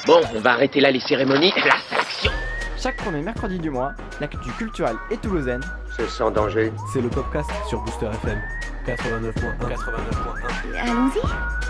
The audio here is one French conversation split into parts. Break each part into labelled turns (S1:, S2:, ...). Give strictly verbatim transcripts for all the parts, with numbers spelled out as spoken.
S1: Bon, on va arrêter là les cérémonies. La sélection.
S2: Chaque premier mercredi du mois, l'actu culturelle et toulousaine.
S3: C'est sans danger.
S4: C'est le podcast sur Booster F M quatre-vingt-neuf point un. quatre-vingt-neuf point un.
S5: Allons-y.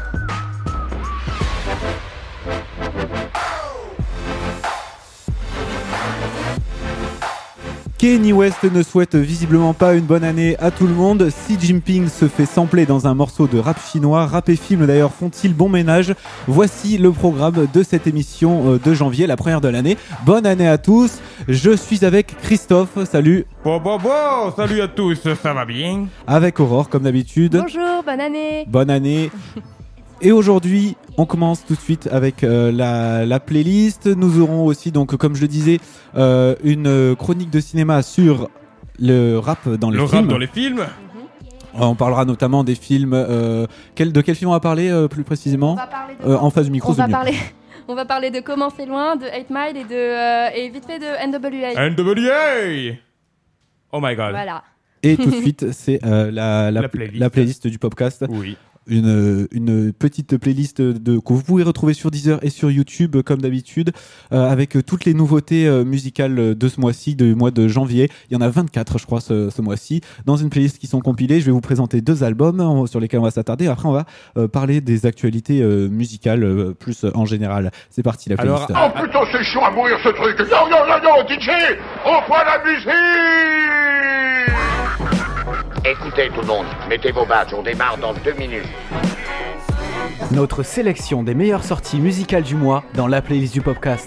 S6: Kanye West ne souhaite visiblement pas une bonne année à tout le monde. Xi Jinping se fait sampler dans un morceau de rap chinois. Rap et film d'ailleurs font-ils bon ménage? Voici le programme de cette émission de janvier, la première de l'année. Bonne année à tous. Je suis avec Christophe. Salut.
S7: Bon, bon, bon. Salut à tous. Ça va bien?
S6: Avec Aurore, comme d'habitude.
S5: Bonjour, bonne année.
S6: Bonne année. Et aujourd'hui, on commence tout de suite avec euh, la, la playlist. Nous aurons aussi, donc, comme je le disais, euh, une chronique de cinéma sur le rap dans les
S7: le
S6: films.
S7: Le rap dans les films.
S6: Mm-hmm. On parlera notamment des films. Euh, quel, de quel film on va parler euh, plus précisément?
S5: On va parler de...
S6: euh, En face du micro,
S5: on
S6: c'est
S5: va
S6: mieux.
S5: Parler... On va parler de Comment c'est loin, de eight mile et, de, euh, et vite fait de N W A.
S7: N W A. Oh my god.
S5: Voilà.
S6: Et tout de suite, c'est euh, la, la,
S7: la, playlist.
S6: la playlist du podcast.
S7: Oui.
S6: Une, une petite playlist de, que vous pouvez retrouver sur Deezer et sur YouTube comme d'habitude, euh, avec toutes les nouveautés euh, musicales de ce mois-ci, du mois de janvier. Il y en a vingt-quatre je crois ce, ce mois-ci, dans une playlist qui sont compilées. Je vais vous présenter deux albums on, sur lesquels on va s'attarder. Après on va euh, parler des actualités euh, musicales euh, plus en général. C'est parti la playlist.
S3: Alors, oh putain c'est chiant à mourir ce truc. Non non non non D J, envoie la musique.
S1: Écoutez tout le monde, mettez vos badges, on démarre dans deux minutes.
S4: Notre sélection des meilleures sorties musicales du mois dans la playlist du podcast.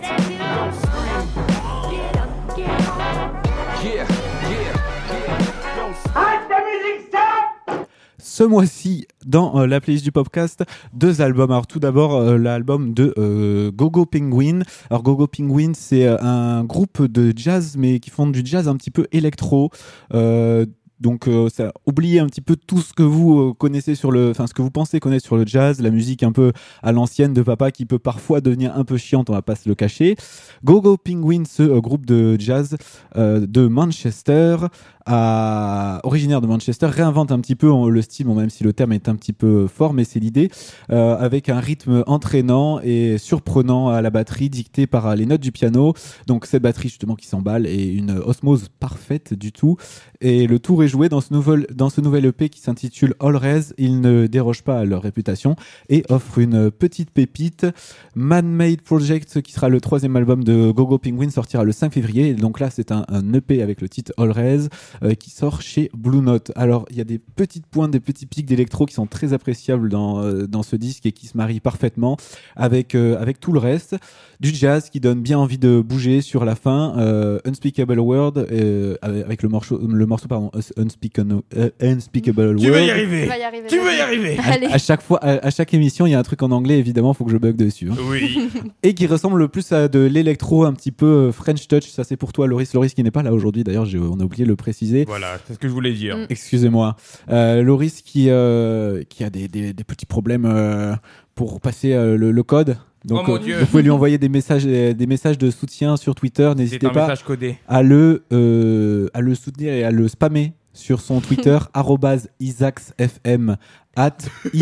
S6: Ce mois-ci, dans euh, la playlist du podcast, deux albums. Alors tout d'abord, euh, l'album de euh, Gogo Penguin. Alors Gogo Penguin, c'est euh, un groupe de jazz, mais qui font du jazz un petit peu électro. Euh, Donc, euh, ça oubliez un petit peu tout ce que vous euh, connaissez sur le, enfin ce que vous pensez connaître sur le jazz, la musique un peu à l'ancienne de papa qui peut parfois devenir un peu chiante, on va pas se le cacher. Gogo Penguin, ce euh, groupe de jazz euh, de Manchester, à... originaire de Manchester, réinvente un petit peu le style, bon, même si le terme est un petit peu fort, mais c'est l'idée, euh, avec un rythme entraînant et surprenant à la batterie, dicté par les notes du piano. Donc cette batterie justement qui s'emballe et une osmose parfaite du tout. Et le tour est joué dans ce nouvel, dans ce nouvel E P qui s'intitule All Res. Ils ne dérogent pas à leur réputation et offrent une petite pépite. Man-Made Project, qui sera le troisième album de Gogo Penguin, sortira le cinq février. Et donc là, c'est un, un E P avec le titre All Res euh, qui sort chez Blue Note. Alors, il y a des petites pointes, des petits pics d'électro qui sont très appréciables dans, euh, dans ce disque et qui se marient parfaitement avec, euh, avec tout le reste. Du jazz qui donne bien envie de bouger sur la fin. Euh, Unspeakable Word, euh, avec le morceau, le morceau pardon, Unspeakable, uh, Unspeakable Word.
S7: Tu vas y arriver.
S5: Tu vas y arriver.
S7: Tu vas y arriver.
S6: À, à chaque fois, à, à chaque émission, il y a un truc en anglais, évidemment, faut que je bug dessus. Hein.
S7: Oui.
S6: Et qui ressemble le plus à de l'électro, un petit peu French touch. Ça, c'est pour toi, Loris. Loris qui n'est pas là aujourd'hui. D'ailleurs, j'ai, on a oublié de le préciser.
S7: Voilà, c'est ce que je voulais dire.
S5: Mm.
S6: Excusez-moi. Euh, Loris qui, euh, qui a des, des, des petits problèmes euh, pour passer euh, le, le code. Donc,
S7: oh mon
S6: euh,
S7: Dieu.
S6: vous pouvez lui envoyer des messages, des messages de soutien sur Twitter. N'hésitez
S7: C'est un
S6: pas
S7: message codé.
S6: à le, euh, à le soutenir et à le spammer sur son Twitter arobase isaxfm at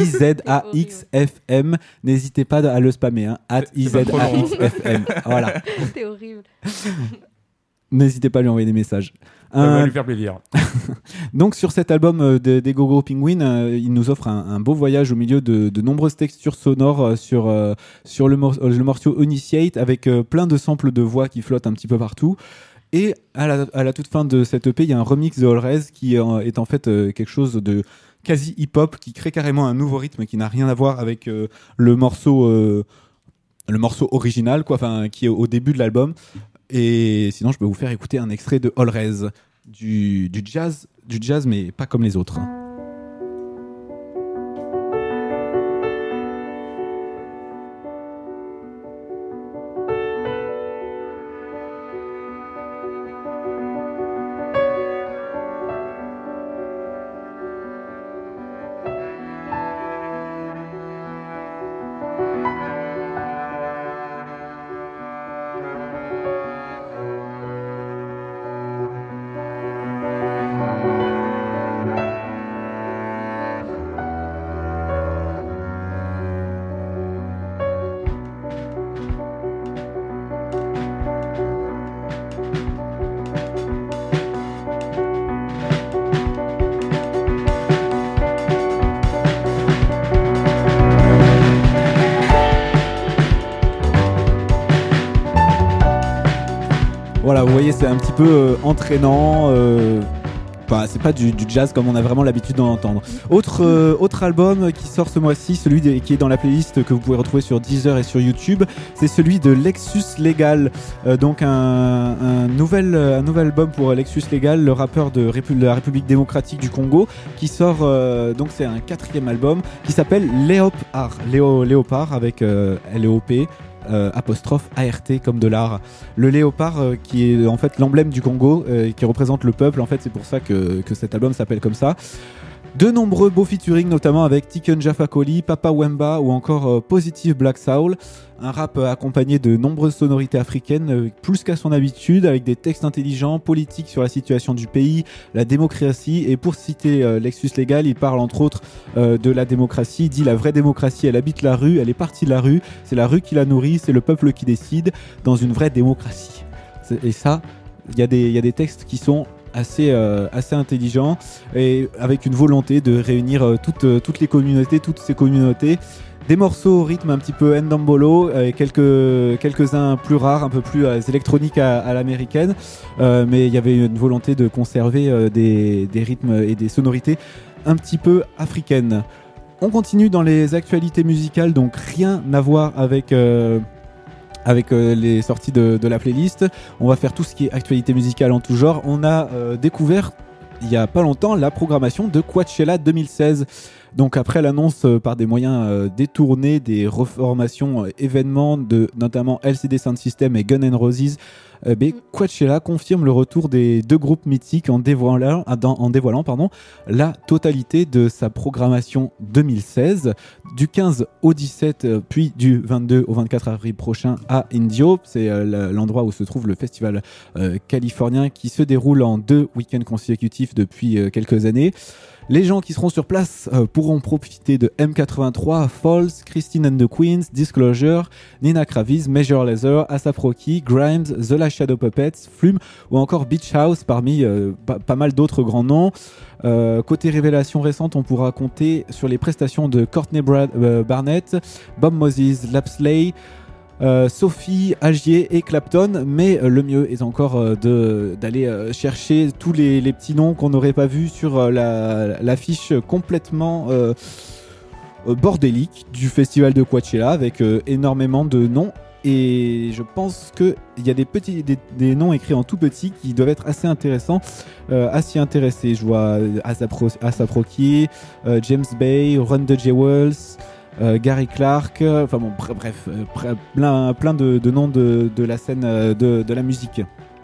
S6: izaxfm. N'hésitez pas à le spammer, hein, at izaxfm. Voilà.
S5: C'est horrible.
S6: N'hésitez pas à lui envoyer des messages.
S7: Ça va
S6: Euh,
S7: lui faire plaisir.
S6: Donc sur cet album euh, de- des Gogo Penguin, euh, il nous offre un, un beau voyage au milieu de, de nombreuses textures sonores euh, sur, euh, sur le, mor- le morceau Initiate, avec euh, plein de samples de voix qui flottent un petit peu partout. Et à la, à la toute fin de cette E P, il y a un remix de All Res qui euh, est en fait euh, quelque chose de quasi hip-hop, qui crée carrément un nouveau rythme qui n'a rien à voir avec euh, le morceau euh, le morceau original, quoi, enfin qui est au début de l'album. Et sinon, je peux vous faire écouter un extrait de All Res, du, du jazz, du jazz, mais pas comme les autres. Voilà, vous voyez, c'est un petit peu euh, entraînant. Euh, Bah, c'est pas du, du jazz comme on a vraiment l'habitude d'en entendre. Autre, euh, autre album qui sort ce mois-ci, celui de, qui est dans la playlist que vous pouvez retrouver sur Deezer et sur YouTube, c'est celui de Lexus Legal. Euh, donc un, un, nouvel, un nouvel album pour Lexus Legal, le rappeur de, Répu- de la République démocratique du Congo, qui sort, euh, donc c'est un quatrième album qui s'appelle Léopard, Léo, Léopard avec euh, L E O P. Euh, apostrophe A R T comme de l'art. Le léopard euh, qui est en fait l'emblème du Congo, euh, qui représente le peuple. En fait, c'est pour ça que, que cet album s'appelle comme ça. De nombreux beaux featuring, notamment avec Tiken Jah Fakoly, Papa Wemba ou encore euh, Positive Black Soul. Un rap euh, accompagné de nombreuses sonorités africaines, euh, plus qu'à son habitude, avec des textes intelligents, politiques sur la situation du pays, la démocratie. Et pour citer euh, Lexus Legal, il parle entre autres euh, de la démocratie. Il dit la vraie démocratie, elle habite la rue, elle est partie de la rue. C'est la rue qui la nourrit, c'est le peuple qui décide dans une vraie démocratie. C'est, et ça, il y a des, il y a des textes qui sont assez euh, assez intelligent et avec une volonté de réunir euh, toutes euh, toutes les communautés, toutes ces communautés. Des morceaux au rythme un petit peu ndambolo, euh, et quelques quelques-uns plus rares, un peu plus euh, électroniques à, à l'américaine, euh, mais il y avait une volonté de conserver euh, des des rythmes et des sonorités un petit peu africaines. On continue dans les actualités musicales, donc rien à voir avec euh, avec euh, les sorties de, de la playlist. On va faire tout ce qui est actualité musicale en tout genre. On a euh, découvert il y a pas longtemps la programmation de Coachella deux mille seize. Donc après l'annonce euh, par des moyens euh, détournés des reformations euh, événements de notamment L C D Sound System et Guns N' Roses, euh, ben, Coachella confirme le retour des deux groupes mythiques en dévoilant, en dévoilant pardon, la totalité de sa programmation deux mille seize, du quinze au dix-sept, euh, puis du vingt-deux au vingt-quatre avril prochain à Indio. C'est euh, l'endroit où se trouve le festival euh, californien qui se déroule en deux week-ends consécutifs depuis euh, quelques années. Les gens qui seront sur place euh, pourront profiter de M quatre-vingt-trois, Falls, Christine and the Queens, Disclosure, Nina Kraviz, Major Lazer, A$ap Rocky, Grimes, The Last Shadow Puppets, Flume ou encore Beach House parmi euh, pa- pas mal d'autres grands noms. Euh, côté révélation récente, on pourra compter sur les prestations de Courtney Brad- euh, Barnett, Bob Moses, Lapsley, Euh, Sophie, Agier et Clapton, mais euh, le mieux est encore euh, de, d'aller euh, chercher tous les, les petits noms qu'on n'aurait pas vus sur euh, la, l'affiche complètement euh, euh, bordélique du festival de Coachella, avec euh, énormément de noms. Et je pense qu'il y a des, petits, des, des noms écrits en tout petit qui doivent être assez intéressants euh, à s'y intéresser. Je vois A$ap Rocky, euh, James Bay, Run the Jewels, Euh, Gary Clark, euh, enfin bon, bref, bref euh, plein, plein de, de noms de, de la scène euh, de, de la musique.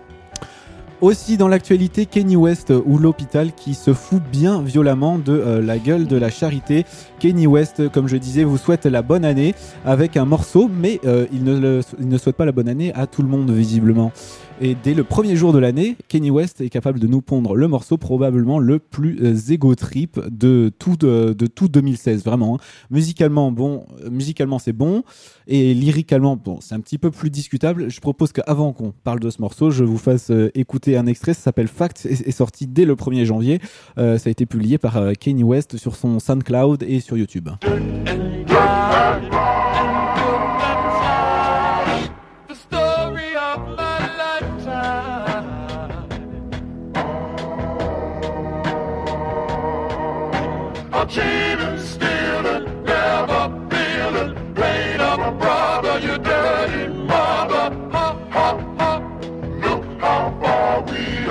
S6: Aussi dans l'actualité, Kanye West ou l'hôpital qui se fout bien violemment de euh, la gueule de la charité. Kanye West, comme je disais, vous souhaite la bonne année avec un morceau, mais euh, il, ne le, il ne souhaite pas la bonne année à tout le monde visiblement. Et dès le premier jour de l'année, Kanye West est capable de nous pondre le morceau probablement le plus euh, égo trip de tout, de, de tout deux mille seize, vraiment. Hein. Musicalement, bon, euh, musicalement c'est bon, et lyricalement, bon, c'est un petit peu plus discutable. Je propose qu'avant qu'on parle de ce morceau, je vous fasse euh, écouter un extrait. Ça s'appelle Fact, et est sorti dès le premier janvier. Euh, ça a été publié par euh, Kanye West sur son SoundCloud et sur YouTube.
S3: Cheating, stealing, never feeling, playing up a brother, you dirty mother. Ha, ha, ha. Look how far we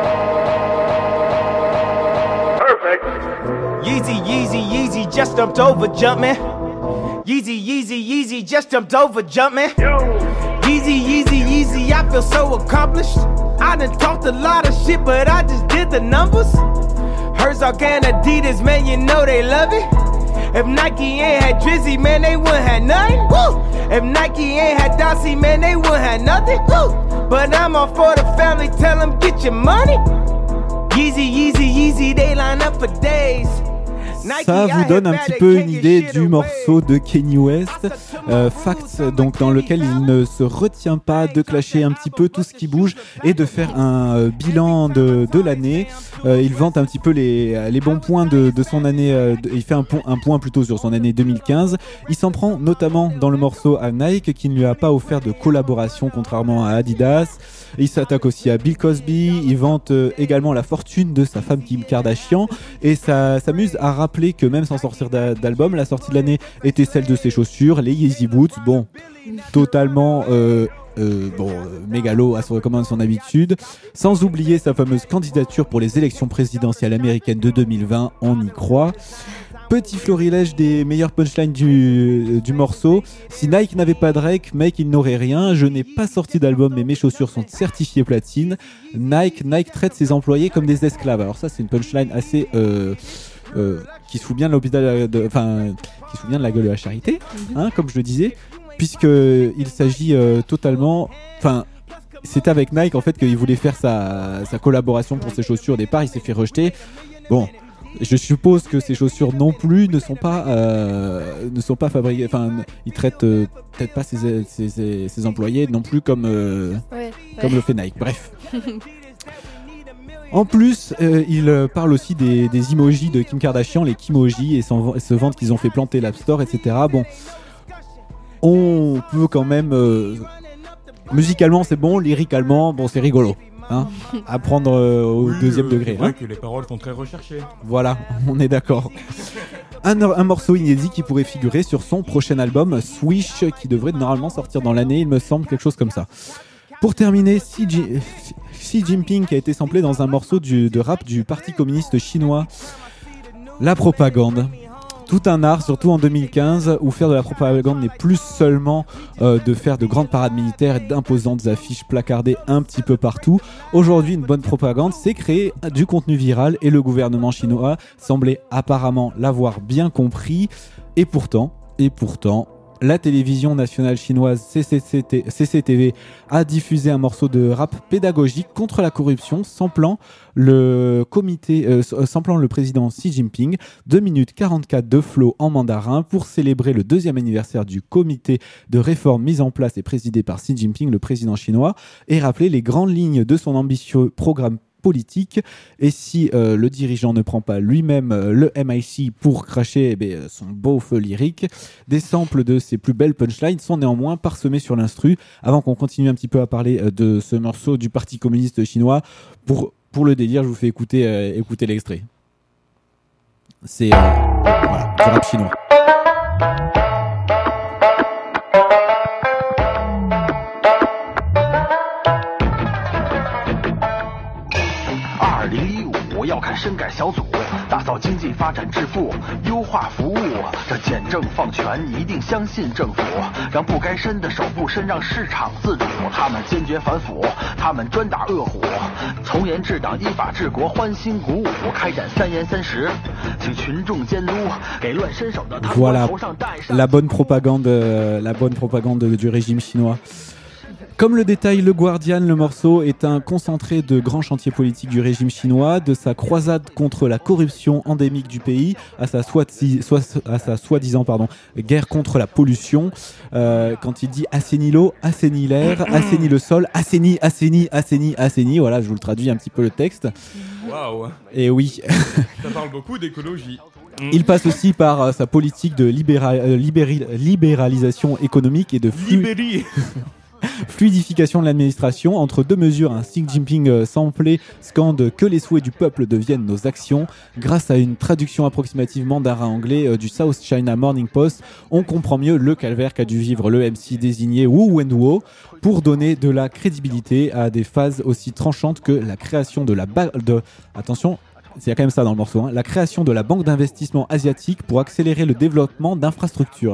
S3: are. Perfect.
S8: Yeezy, Yeezy, Yeezy, just jumped over, jumpin'. Yeezy, Yeezy, Yeezy, just jumped over, jumpin'. Yeezy, Yeezy, Yeezy, I feel so accomplished. I done talked a lot of shit, but I just did the numbers. Herzog and Adidas, man, you know they love it. If Nike ain't had Drizzy, man, they wouldn't have nothing. Woo! If Nike ain't had Dossie, man, they wouldn't have nothing. Woo! But I'm all for the family, tell them get your money. Yeezy, Yeezy, Yeezy, they line up for days.
S6: Ça vous donne un petit peu une idée du morceau de Kanye West, euh, Facts, donc dans lequel il ne se retient pas de clasher un petit peu tout ce qui bouge et de faire un euh, bilan de, de l'année. Euh, il vante un petit peu les, les bons points de, de son année, euh, de, il fait un, un point plutôt sur son année deux mille quinze. Il s'en prend notamment dans le morceau à Nike qui ne lui a pas offert de collaboration contrairement à Adidas. Il s'attaque aussi à Bill Cosby, il vante euh, également la fortune de sa femme Kim Kardashian et ça s'amuse à rappeler que même sans sortir d'a- d'album, la sortie de l'année était celle de ses chaussures, les Yeezy Boots, bon, totalement euh, euh, bon, euh, mégalo à son, comme à son habitude, sans oublier sa fameuse candidature pour les élections présidentielles américaines de deux mille vingt, on y croit. Petit florilège des meilleures punchlines du, du morceau. Si Nike n'avait pas Drake, mec, il n'aurait rien. Je n'ai pas sorti d'album, mais mes chaussures sont certifiées platine. Nike, Nike traite ses employés comme des esclaves. Alors ça, c'est une punchline assez euh, euh, qui se fout bien de l'hôpital, de, enfin, qui se fout bien de la gueule de la charité, hein, comme je le disais, puisque il s'agit euh, totalement, enfin. C'est avec Nike en fait qu'il voulait faire sa, sa collaboration pour ses chaussures au départ. Il s'est fait rejeter. Bon. Je suppose que ces chaussures non plus ne sont pas, euh, ne sont pas fabriquées. Enfin, ils traitent euh, peut-être pas ses, ses, ses, ses employés non plus comme, euh,
S5: ouais,
S6: comme
S5: ouais.
S6: le fait Nike. Bref. En plus, euh, il parle aussi des, des emojis de Kim Kardashian, les Kimojis, et, et se vantent qu'ils ont fait planter l'App Store, et cetera. Bon, on peut quand même. Euh, musicalement, c'est bon. Lyricalement, bon, c'est rigolo. Hein, à prendre euh, au
S7: oui,
S6: deuxième
S7: euh,
S6: degré.
S7: C'est vrai
S6: hein.
S7: que les paroles sont très recherchées.
S6: Voilà, on est d'accord. Un, un morceau inédit qui pourrait figurer sur son prochain album, Swish, qui devrait normalement sortir dans l'année, il me semble, quelque chose comme ça. Pour terminer, Xi, Ji- Xi Jinping qui a été samplé dans un morceau du, de rap du Parti communiste chinois. La propagande. Tout un art, surtout en deux mille quinze, où faire de la propagande n'est plus seulement euh, de faire de grandes parades militaires et d'imposantes affiches placardées un petit peu partout. Aujourd'hui, une bonne propagande, c'est créer du contenu viral et le gouvernement chinois semblait apparemment l'avoir bien compris. Et pourtant, et pourtant, la télévision nationale chinoise C C T V a diffusé un morceau de rap pédagogique contre la corruption, samplant le comité, euh, samplant le président Xi Jinping, deux minutes quarante-quatre de flow en mandarin pour célébrer le deuxième anniversaire du comité de réforme mis en place et présidé par Xi Jinping, le président chinois, et rappeler les grandes lignes de son ambitieux programme politique. Et si euh, le dirigeant ne prend pas lui-même euh, le M I C pour cracher eh bien, son beau feu lyrique, des samples de ses plus belles punchlines sont néanmoins parsemés sur l'instru. Avant qu'on continue un petit peu à parler euh, de ce morceau du Parti communiste chinois, pour, pour le délire, je vous fais écouter, euh, écouter l'extrait. C'est euh, voilà, du rap chinois.
S9: 要看深改小组，打造经济发展致富，优化服务。这简政放权，一定相信政府，让不该伸的手不伸，让市场自主。他们坚决反腐，他们专打恶虎。从严治党，依法治国，欢欣鼓舞，开展三严三实，请群众监督，给乱伸手的贪官头上戴上。
S6: La bonne propagande, euh, la bonne propagande du régime chinois. Comme le détaille Le Guardian, le morceau est un concentré de grands chantiers politiques du régime chinois, de sa croisade contre la corruption endémique du pays, à sa, soi-di- soit, à sa soi-disant pardon, guerre contre la pollution. Euh, quand il dit assainis l'eau, assainis l'air, assainis le sol, assainis, assainis, assainis, assainis. Voilà, je vous le traduis un petit peu le texte.
S7: Waouh.
S6: Et oui.
S7: Ça parle beaucoup d'écologie.
S6: Il passe aussi par euh, sa politique de libéra- euh, libéri- libéralisation économique et de flux...
S7: Libéri.
S6: Fluidification de l'administration. Entre deux mesures, un Xi Jinping euh, samplé scande que les souhaits du peuple deviennent nos actions. Grâce à une traduction approximative mandarin-anglais euh, du South China Morning Post, on comprend mieux le calvaire qu'a dû vivre le M C désigné Wu Wenduo pour donner de la crédibilité à des phases aussi tranchantes que la création de la... Ba- de... Attention, il y a quand même ça dans le morceau, hein. La création de la banque d'investissement asiatique pour accélérer le développement d'infrastructures.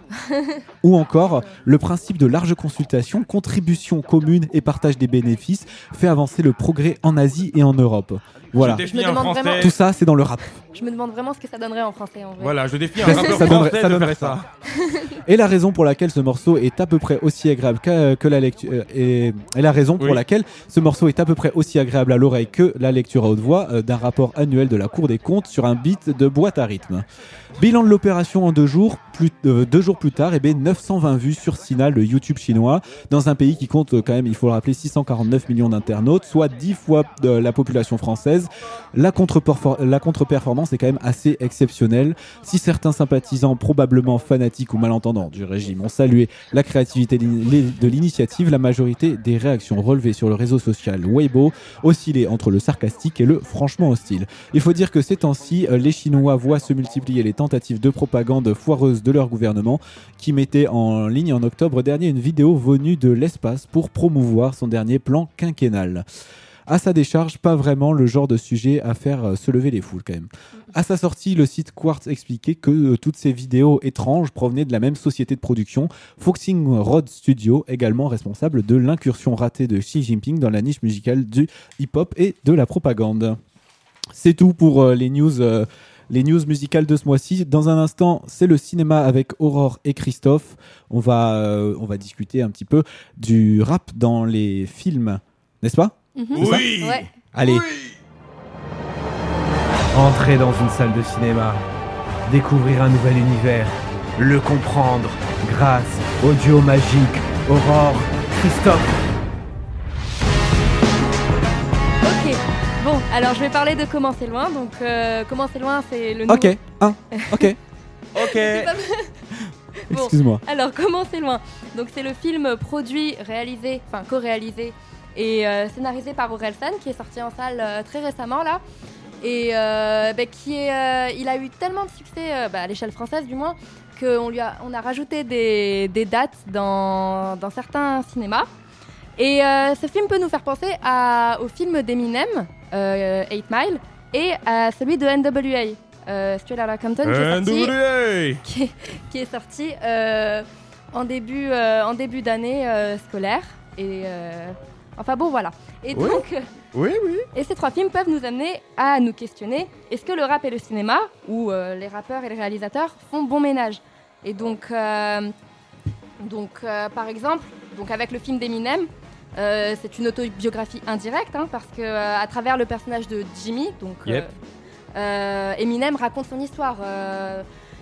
S6: Ou encore, le principe de large consultation, contribution commune et partage des bénéfices fait avancer le progrès en Asie et en Europe. Voilà.
S7: Je définis
S5: Je me
S7: un
S5: demande
S7: français.
S5: vraiment-
S6: Tout ça, c'est dans le rap.
S5: Je me demande vraiment ce que ça donnerait en français en vrai.
S7: Voilà, je défie un
S6: Ça,
S7: rappeur
S6: ça donnerait-
S7: français
S6: ça
S7: de
S6: donnerait
S7: faire ça.
S6: Et la raison pour laquelle ce morceau est à peu près aussi agréable que, que la lecture euh, et, et la raison pour
S7: Oui.
S6: laquelle ce morceau est à peu près aussi agréable à l'oreille que la lecture à haute voix euh, d'un rapport annuel de la Cour des comptes sur un beat de boîte à rythme. Bilan de l'opération en deux jours, plus, euh, deux jours plus tard, et bien neuf cent vingt vues sur Sina, le YouTube chinois, dans un pays qui compte euh, quand même, il faut le rappeler, six cent quarante-neuf millions d'internautes, soit dix fois euh, la population française. La, contre-perfor- la contre-performance est quand même assez exceptionnelle. Si certains sympathisants, probablement fanatiques ou malentendants du régime, ont salué la créativité de l'initiative, la majorité des réactions relevées sur le réseau social Weibo oscillaient entre le sarcastique et le franchement hostile. Il faut dire que ces temps-ci, euh, les Chinois voient se multiplier les tentatives de propagande foireuse de leur gouvernement qui mettait en ligne en octobre dernier une vidéo venue de l'espace pour promouvoir son dernier plan quinquennal. À sa décharge, pas vraiment le genre de sujet à faire euh, se lever les foules quand même. À sa sortie, le site Quartz expliquait que euh, toutes ces vidéos étranges provenaient de la même société de production, Foxing Road Studio, également responsable de l'incursion ratée de Xi Jinping dans la niche musicale du hip-hop et de la propagande. C'est tout pour euh, les news euh, les news musicales de ce mois-ci. Dans un instant, c'est le cinéma avec Aurore et Christophe. On va, euh, on va discuter un petit peu du rap dans les films, n'est-ce pas ?
S5: Mhm.
S6: C'est ça ?
S7: Oui.
S5: Ouais.
S6: Allez,
S10: Entrer dans une salle de cinéma, découvrir un nouvel univers, le comprendre grâce au duo magique Aurore, Christophe.
S5: Ok. Bon, alors je vais parler de Comment c'est loin. Donc euh, Comment c'est loin, c'est le.
S6: ok,
S5: nouveau-
S6: un, ok,
S7: Ok.
S5: C'est pas- Bon.
S6: excuse-moi.
S5: Alors, Comment c'est loin. Donc, c'est le film produit, réalisé, enfin co-réalisé et euh, scénarisé par Orelsan, qui est sorti en salle euh, très récemment là, et euh, bah, qui est, euh, il a eu tellement de succès euh, bah, à l'échelle française du moins qu'on lui a, on a rajouté des, des dates dans, dans certains cinémas. Et euh, ce film peut nous faire penser à, au film d'Eminem, euh, eight Mile, et à celui de N W A. Euh, Straight Outta Compton, qui est sorti,
S7: N W A.
S5: qui est, qui est sorti euh, en début, euh, en début d'année euh, scolaire. Et euh, enfin bon, voilà. Et
S7: Oui.
S5: donc, euh,
S7: Oui, oui.
S5: et ces trois films peuvent nous amener à nous questionner, est-ce que le rap et le cinéma, ou euh, les rappeurs et les réalisateurs, font bon ménage? Et donc, euh, donc euh, par exemple, donc avec le film d'Eminem, euh, c'est une autobiographie indirecte, hein, parce que euh, à travers le personnage de Jimmy, donc
S7: Yep.
S5: euh, euh, Eminem raconte son histoire. euh,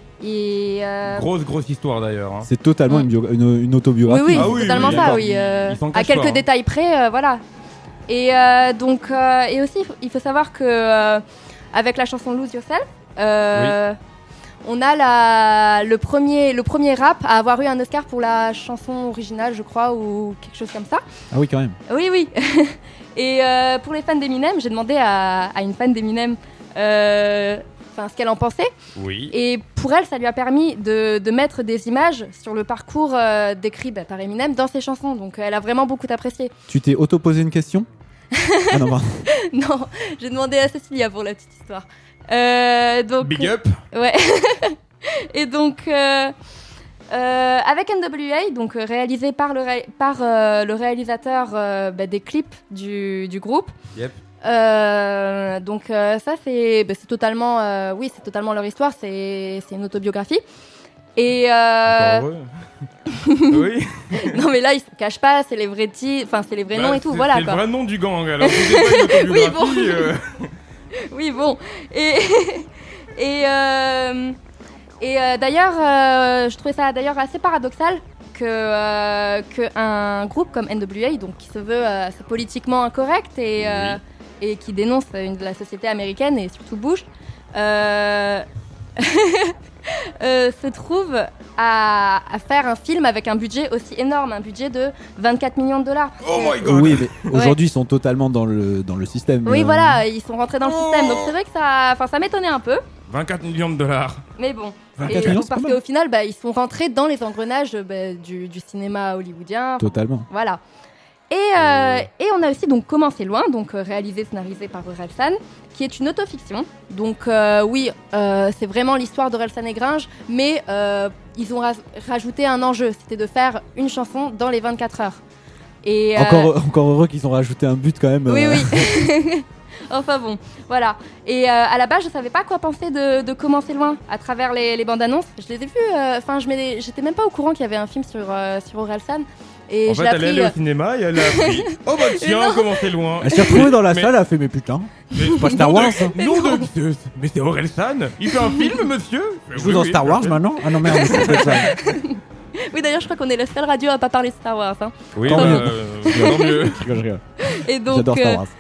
S5: et euh,
S7: Grosse, grosse histoire d'ailleurs. hein.
S6: C'est totalement
S5: Mm.
S6: une, bio- une, une
S5: oui,
S6: autobiographie.
S5: oui,
S7: Ah
S5: c'est
S7: oui,
S5: totalement
S7: oui,
S5: ça,
S7: d'accord.
S5: oui. euh,
S7: Ils s'en
S5: à
S7: cachent
S5: quelques
S7: pas, hein.
S5: détails près, euh, voilà. Et euh, donc, euh, et aussi, il faut- il faut savoir que euh, avec la chanson Lose Yourself, euh, on a la, le premier, le premier rap à avoir eu un Oscar pour la chanson originale, je crois, ou quelque chose comme ça.
S6: Ah oui, quand même.
S5: Oui, oui. Et euh, pour les fans d'Eminem, j'ai demandé à, à une fan d'Eminem, euh, enfin, ce qu'elle en pensait.
S7: Oui.
S5: Et pour elle, ça lui a permis de, de mettre des images sur le parcours euh, décrit bah, par Eminem dans ses chansons. Donc elle a vraiment beaucoup apprécié.
S6: Tu t'es auto-posé une question? Ah non, pardon.
S5: Non, j'ai demandé à Cécilia pour la petite histoire. Euh, donc,
S7: Big up.
S5: Ouais. Et donc, euh, euh, avec N W A, donc euh, réalisé par le, ré- par, euh, le réalisateur euh, bah, des clips du, du groupe.
S7: Yep.
S5: Euh, donc euh, ça c'est bah, c'est totalement euh, oui c'est totalement leur histoire, c'est c'est une autobiographie et euh,
S7: Encore heureux. Oui.
S5: non mais là ils se cachent pas, c'est les vrais titres, enfin c'est les vrais
S7: Bah,
S5: noms et tout,
S7: c'est-
S5: voilà
S7: C'est le
S5: quoi.
S7: vrai nom du gang. Alors si c'est pas une
S5: Oui,
S7: autobiographie,
S5: bon.
S7: euh,
S5: Oui bon et et euh, et euh, d'ailleurs euh, je trouvais ça d'ailleurs assez paradoxal que euh, que un groupe comme N W A, donc qui se veut euh, assez politiquement incorrect et euh, et qui dénonce une, la société américaine et surtout Bush, euh, euh, se trouve à, à faire un film avec un budget aussi énorme, un budget de vingt-quatre millions de dollars.
S7: Oh my god.
S6: Oui, mais aujourd'hui, ils sont totalement dans le, dans le système.
S5: Oui,
S6: Euh,
S5: voilà, ils sont rentrés dans le
S7: Oh.
S5: système, donc c'est vrai que ça, enfin, ça m'étonnait un peu,
S7: vingt-quatre millions de dollars.
S5: mais bon.
S6: vingt-quatre
S5: Et,
S6: millions, c'est
S5: parce
S6: pas mal.
S5: qu'au final, bah, ils sont rentrés dans les engrenages bah, du, du cinéma hollywoodien.
S6: Totalement.
S5: Voilà. Et, euh, et on a aussi donc Comment c'est loin, donc euh, réalisé, scénarisé par Orelsan, qui est une autofiction. Donc euh, oui, euh, c'est vraiment l'histoire d'Orelsan et Gringe, mais euh, ils ont ra- rajouté un enjeu, c'était de faire une chanson dans les vingt-quatre heures. Et, euh,
S6: Encore, encore heureux qu'ils ont rajouté un but quand même.
S5: Oui,
S6: euh,
S5: oui. Enfin bon, voilà. Et euh, à la base, je savais pas quoi penser de, de Comment c'est loin à travers les, les bandes annonces. Je les ai vus. Enfin, euh, je m'ai- j'étais même pas au courant qu'il y avait un film sur euh, sur Orelsan. Et
S7: En
S5: je
S7: fait,
S5: l'ai
S7: elle est
S5: appris.
S7: allée
S5: euh,
S7: au cinéma et elle a appris. Oh bah tiens,
S5: non.
S7: comment c'est loin.
S6: Elle s'est retrouvée dans la
S7: Mais-
S6: salle, elle a fait mais putain.
S7: Mais
S6: C'est pas Star
S7: nom
S6: Wars,
S7: de-
S6: ça.
S7: Nom de Zeus. Mais c'est Orelsan. Il fait un film, monsieur.
S6: Je joue dans Star Wars maintenant. Ah non merde, c'est pas ça.
S5: Oui, d'ailleurs, je crois qu'on est la seule radio à pas parler de Star Wars. Hein.
S7: Oui,
S6: Tant
S7: bah,
S6: mieux.
S7: euh, tant mieux.
S6: Je rigole, je rigole.
S5: Et donc,
S6: J'adore Star
S5: euh,
S6: Wars.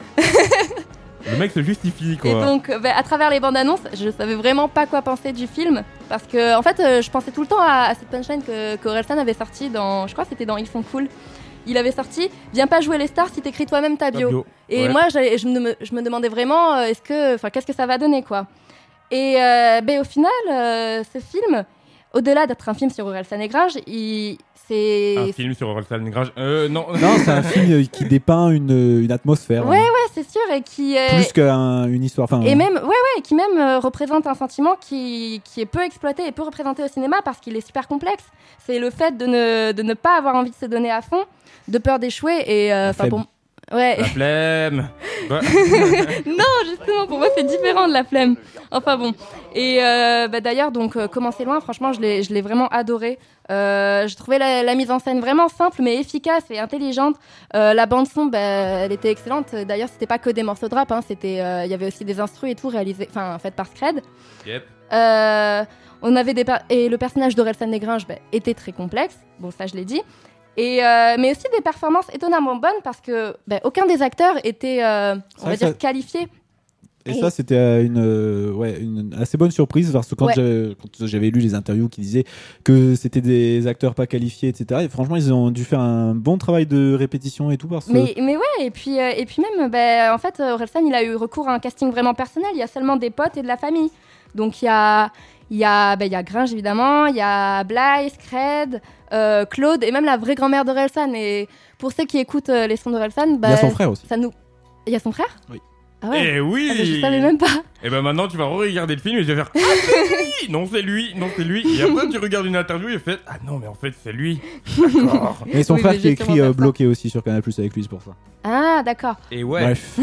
S7: Le mec se justifie quoi.
S5: Et donc, euh, bah, à travers les bandes annonces, je savais vraiment pas quoi penser du film. Parce que, en fait, euh, je pensais tout le temps à, à cette punchline que qu'Orelsan avait sortie dans. Je crois que c'était dans Ils sont cool. Il avait sorti Viens pas jouer les stars si t'écris toi-même ta bio.
S7: Ta bio,
S5: Et
S7: ouais.
S5: moi, j'allais- je me, je me demandais vraiment, euh, est-ce que, enfin, qu'est-ce que ça va donner, quoi. Et euh, ben, au final, euh, ce film, au-delà d'être un film sur Orelsan et Gringe, il, c'est.
S7: Un film sur Orelsan et Gringe. Euh, non.
S6: Non, c'est un film euh, qui dépeint une, une atmosphère.
S5: Ouais,
S6: hein.
S5: ouais, c'est sûr, et qui est.
S6: Plus qu'une histoire. Enfin,
S5: Et même, ouais, ouais, qui même euh, représente un sentiment qui, qui est peu exploité et peu représenté au cinéma parce qu'il est super complexe. C'est le fait de ne, de ne pas avoir envie de se donner à fond, de peur d'échouer et euh, enfin
S6: flemme.
S5: pour ouais.
S7: La flemme. Bah,
S5: Non, justement, pour moi, c'est différent de la flemme. Enfin bon. Et euh, bah, d'ailleurs, donc, euh, Comment c'est loin, franchement, je l'ai, je l'ai vraiment adoré. Euh, j'ai trouvé la, la mise en scène vraiment simple, mais efficace et intelligente. Euh, la bande-son, bah, elle était excellente. D'ailleurs, c'était pas que des morceaux de rap, hein, c'était, euh, il y avait aussi des instrus et tout réalisés, enfin, faites par Scred.
S7: yep.
S5: Euh, on avait des per- et le personnage d'Orelsan et Gringe bah, était très complexe. Bon, ça, je l'ai dit. Et euh, mais aussi des performances étonnamment bonnes parce que bah, aucun des acteurs était, euh, on
S6: vrai
S5: va
S6: que
S5: dire,
S6: ça-
S5: qualifié.
S6: Et ça, c'était euh, une, euh, ouais, une assez bonne surprise parce que quand
S5: Ouais.
S6: j'ai- quand j'avais lu les interviews qui disaient que c'était des acteurs pas qualifiés, et cetera. Et franchement, ils ont dû faire un bon travail de répétition et tout parce que.
S5: Mais, mais ouais, et puis, euh, et puis même, bah, en fait, euh, Orelsan, il a eu recours à un casting vraiment personnel. Il y a seulement des potes et de la famille. Donc, il y a, il y a, bah, il y a Gringe, évidemment, il y a Blaise, Scred, euh, Claude et même la vraie grand-mère d'Orelsan. Et pour ceux qui écoutent euh, les sons d'Orelsan, bah,
S6: Il y a son frère aussi.
S5: Ça nous... Il y a son frère
S6: Oui.
S5: Ah ouais.
S7: Eh oui.
S5: Ah, mais je savais même pas.
S7: Et ben maintenant tu vas re-regarder le film et tu vas faire ah c'est lui, non c'est lui, non c'est lui. Et après tu regardes une interview et fait ah non mais en fait c'est lui. D'accord.
S6: Et son
S5: Oui,
S6: frère
S5: mais
S6: qui
S5: je vais
S6: écrit
S5: sûrement
S6: euh,
S5: faire ça.
S6: bloqué aussi sur Canal Plus avec lui, c'est pour ça.
S5: Ah, d'accord.
S7: Et ouais.
S6: Bref.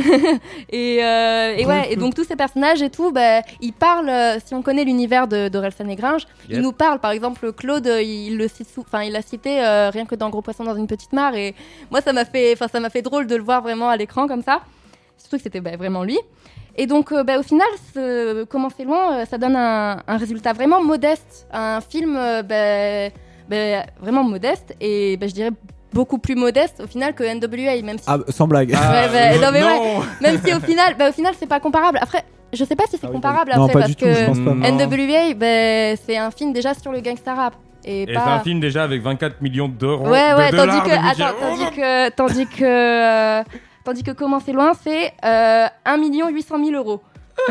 S5: Et, euh, et ouais, et donc tous ces personnages et tout, bah, ils parlent, euh, si on connaît l'univers de, d'Orelsan et Gringe,
S7: Yep.
S5: ils nous parlent. Par exemple, Claude, euh, il le cite, sou- enfin, il l'a cité euh, rien que dans Gros Poisson dans une petite mare. Et moi, ça m'a fait, enfin, ça m'a fait drôle de le voir vraiment à l'écran comme ça. Surtout que c'était bah, vraiment lui. Et donc, euh, bah, au final, ce, Comment c'est loin, euh, ça donne un, un résultat vraiment modeste, un film euh, bah, bah, vraiment modeste et bah, je dirais beaucoup plus modeste au final que N W A, même si
S6: Ah, sans blague.
S7: Ah,
S5: Ouais, bah,
S7: non,
S5: non, mais
S7: non.
S5: ouais. Même si au final, bah, au final, c'est pas comparable. Après, je sais pas si c'est
S6: Ah oui,
S5: comparable
S6: pas- non,
S5: après
S6: pas
S5: parce
S6: du tout, je
S5: que
S6: pense pas.
S7: Non.
S5: N W A, bah, c'est un film déjà sur le gangsta rap et,
S7: Et c'est
S5: pas.
S7: un film déjà avec vingt-quatre millions d'euros.
S5: Ouais,
S7: de
S5: ouais. Tandis
S7: dollars
S5: que,
S7: de budget.
S5: attends, tandis que, tandis que, euh, tandis que Comment c'est loin, c'est euh, un million huit cent mille euros.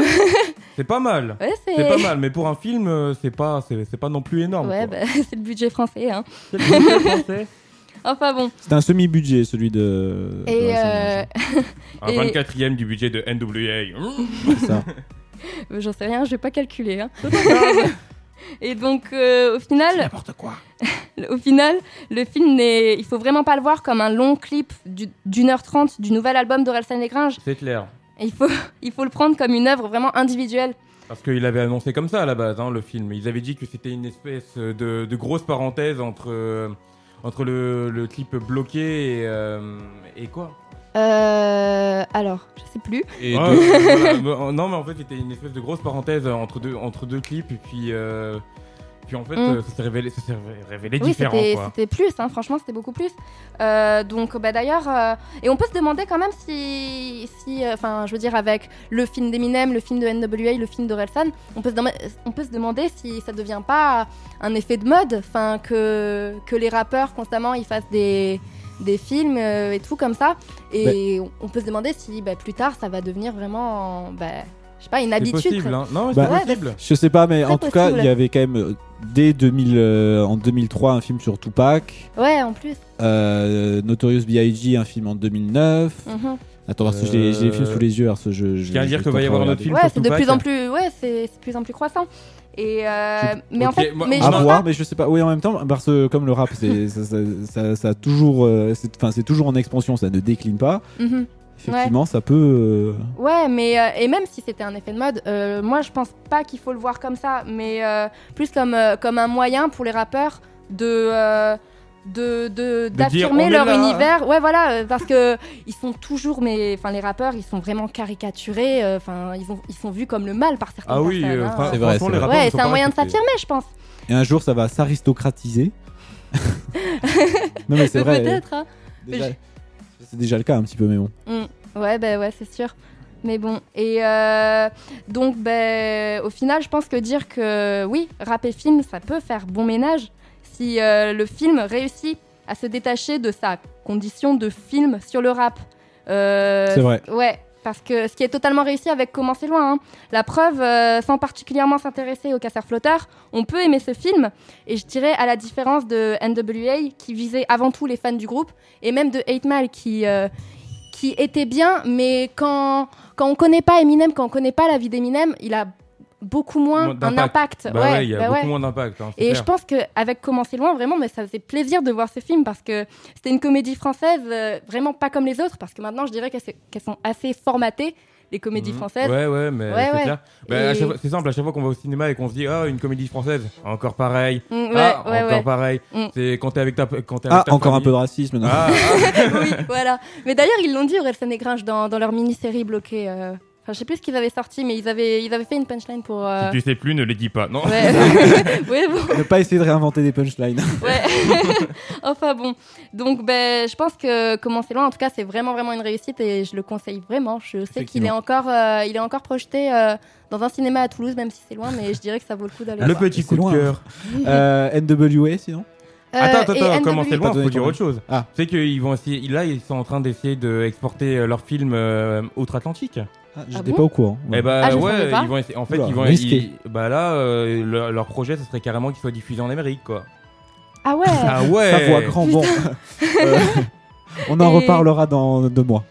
S7: C'est pas mal.
S5: Ouais, c'est.
S7: C'est pas mal, mais pour un film, euh, c'est pas, c'est, c'est pas non plus énorme.
S5: Ouais,
S7: quoi.
S5: bah, c'est le budget français, hein.
S7: C'est le budget français.
S5: Enfin bon.
S6: C'était un semi-budget celui de.
S5: Et
S6: de la
S5: euh...
S6: scène,
S7: Un
S5: Et-
S7: vingt-quatrième du budget de N W A.
S6: c'est ça.
S5: j'en sais rien, je vais pas calculer, hein. Et donc, euh, au final.
S7: N'importe quoi.
S5: Au final, le film n'est. Il faut vraiment pas le voir comme un long clip du- d'une heure trente du nouvel album d'Orelsan et Gringe.
S7: C'est clair.
S5: Et il faut, il faut le prendre comme une œuvre vraiment individuelle.
S7: Parce qu'il avait annoncé comme ça à la base, hein, le film. Ils avaient dit que c'était une espèce de, de grosse parenthèse entre, euh, entre le, le clip bloqué et, euh, et quoi
S5: Euh. Alors, je sais plus.
S6: Et
S7: Ouais,
S6: de-
S7: euh, voilà. Bah, Non, mais en fait, c'était une espèce de grosse parenthèse entre deux, entre deux clips. Et puis, euh, puis en fait,
S5: Mm.
S7: euh, ça s'est révélé, ça s'est révélé
S5: Oui,
S7: différent.
S5: c'était,
S7: Quoi.
S5: c'était plus, hein, franchement, c'était beaucoup plus. Euh, donc, bah, d'ailleurs, euh, et on peut se demander quand même si, si, enfin, je veux dire, avec le film d'Eminem, le film de N W A, le film d'Orelsan, on peut se, dem- on peut se demander si ça devient pas un effet de mode, enfin, que, que les rappeurs constamment ils fassent des, des films euh, et tout comme ça. Et on, on peut se demander si bah, plus tard ça va devenir vraiment, bah, je sais pas, une
S7: C'est
S5: habitude.
S7: possible, hein. Non, mais
S6: Bah,
S7: c'est possible.
S6: Je sais pas, mais
S5: Très
S6: en tout cas,
S5: possible.
S6: il y avait quand même euh, dès deux mille, euh, en deux mille trois un film sur Tupac,
S5: Ouais, en plus.
S6: euh, Notorious B I G un film en deux mille neuf.
S5: Mhm.
S6: Attends, parce que j'ai les- j'ai les films
S7: Euh,
S6: sous les yeux. Alors, ce- je, je,
S7: Je tiens à dire
S6: je
S7: qu'il va y
S6: suis en
S7: avoir
S6: train
S7: un
S6: de
S7: autre film
S5: Ouais,
S7: sur
S5: c'est de
S7: Tupac.
S5: plus en plus, ouais, c'est c'est de plus en plus croissant. Et euh, mais en
S7: Ok,
S5: fait,
S7: moi-
S5: mais je
S6: à
S5: pense
S6: voir,
S5: pas-
S6: mais je sais pas. Oui, en même temps, parce que comme le rap, c'est ça, ça, ça, ça a toujours, euh, c'est, enfin, c'est toujours en expansion, ça ne décline pas.
S5: Mhm.
S6: Effectivement, ça peut. euh,
S5: Ouais, mais euh, et même si c'était un effet de mode, euh, moi je pense pas qu'il faut le voir comme ça, mais euh, plus comme euh, comme un moyen pour les rappeurs de euh, de de-
S7: dire,
S5: d'affirmer
S7: on est
S5: leur
S7: là.
S5: univers. Ouais, voilà, euh, parce que ils sont toujours, mais enfin les rappeurs, ils sont vraiment caricaturés. euh, Enfin, ils ont ils sont vus comme le mal par certaines
S7: Ah oui,
S5: personnes.
S7: euh,
S5: hein.
S7: fra-
S6: C'est vrai,
S7: franchement,
S6: c'est
S7: les
S6: vrai.
S7: rappeurs ne
S5: Ouais,
S7: sont
S5: c'est un
S7: pas
S5: moyen de
S7: respectés.
S5: s'affirmer, je pense.
S6: Et un jour, ça va s'aristocratiser. Non, mais c'est
S5: Mais
S6: vrai.
S5: peut-être. Hein.
S6: Déjà-
S5: Mais
S6: c'est déjà le cas un petit peu, mais bon.
S5: Mm. Ouais, bah ouais, c'est sûr. Mais bon, et euh, donc, ben, au final, je pense que dire que oui, rap et film, ça peut faire bon ménage si euh, le film réussit à se détacher de sa condition de film sur le rap. Euh,
S6: C'est vrai.
S5: Ouais, parce que ce qui est totalement réussi avec Comment c'est loin. hein. La preuve, euh, sans particulièrement s'intéresser aux casseurs-flotteurs, on peut aimer ce film. Et je dirais, à la différence de N W A, qui visait avant tout les fans du groupe, et même de eight mile, qui, euh, qui était bien, mais quand, quand on connaît pas Eminem, quand on connaît pas la vie d'Eminem, il a beaucoup moins
S7: Moins
S5: un impact.
S7: Bah ouais, il y a
S5: bah
S7: beaucoup
S5: ouais.
S7: moins d'impact. hein, c'est
S5: Et
S7: clair.
S5: je pense qu'avec Comment c'est loin, vraiment, mais ça faisait plaisir de voir ce film parce que c'était une comédie française euh, vraiment pas comme les autres. Parce que maintenant, je dirais qu'elles, qu'elles sont assez formatées, les comédies
S7: Mhm.
S5: françaises.
S7: Ouais, ouais, mais
S5: Ouais,
S7: c'est
S5: ouais.
S7: clair. Bah,
S5: Et-
S7: à chaque fois- c'est simple, à chaque fois qu'on va au cinéma et qu'on se dit, ah, une comédie française, encore pareil.
S5: Mm, ouais,
S7: ah,
S5: ouais,
S7: encore
S5: ouais.
S7: pareil.
S5: Mm.
S7: C'est quand t'es avec ta, quand t'es avec
S6: Ah,
S7: ta
S6: encore un
S7: famille.
S6: peu de racisme. Non.
S7: Ah, ah.
S5: Oui, voilà. Mais d'ailleurs, ils l'ont dit, Orelsan et Gringe, dans, dans leur mini-série bloquée. euh, Enfin, je sais plus ce qu'ils avaient sorti, mais ils avaient, ils avaient fait une punchline pour. euh,
S7: Si tu sais plus, ne les dis pas. Non.
S5: Ouais, ouais, bon.
S6: Ne pas essayer de réinventer des punchlines.
S5: Ouais. Enfin bon. Donc, ben, je pense que Comment c'est loin, en tout cas, c'est vraiment, vraiment une réussite et je le conseille vraiment. Je sais qu'il
S6: Effectivement.
S5: est encore, euh, il est encore projeté euh, dans un cinéma à Toulouse, même si c'est loin, mais je dirais que ça vaut le coup d'aller
S7: Le
S5: voir.
S7: petit
S6: C'est
S7: coup de
S6: loin.
S7: cœur.
S6: Euh, N W A sinon
S5: Euh,
S7: Attends, attends,
S5: et
S7: attends, comment
S5: N W
S7: c'est loin,
S6: Pas donné
S7: faut dire
S6: ton
S7: autre chose.
S6: Ah.
S7: C'est qu'ils vont essayer, là, ils sont en train d'essayer d'exporter euh, leur film euh, outre-Atlantique.
S6: ah,
S5: Ah
S6: J'étais
S5: bon
S6: pas au courant. Ouais.
S7: Eh bah
S5: Ah, je
S7: ouais,
S5: savais pas.
S7: ils vont essayer, en fait,
S6: Oula,
S7: ils vont,
S6: risqué.
S7: ils- bah là, euh, leur, leur projet, ce serait carrément qu'il soit diffusé en Amérique, quoi.
S5: Ah ouais.
S7: Ah ouais.
S6: Ça voit grand. Bon. Euh, on en
S5: Et-
S6: reparlera dans deux mois.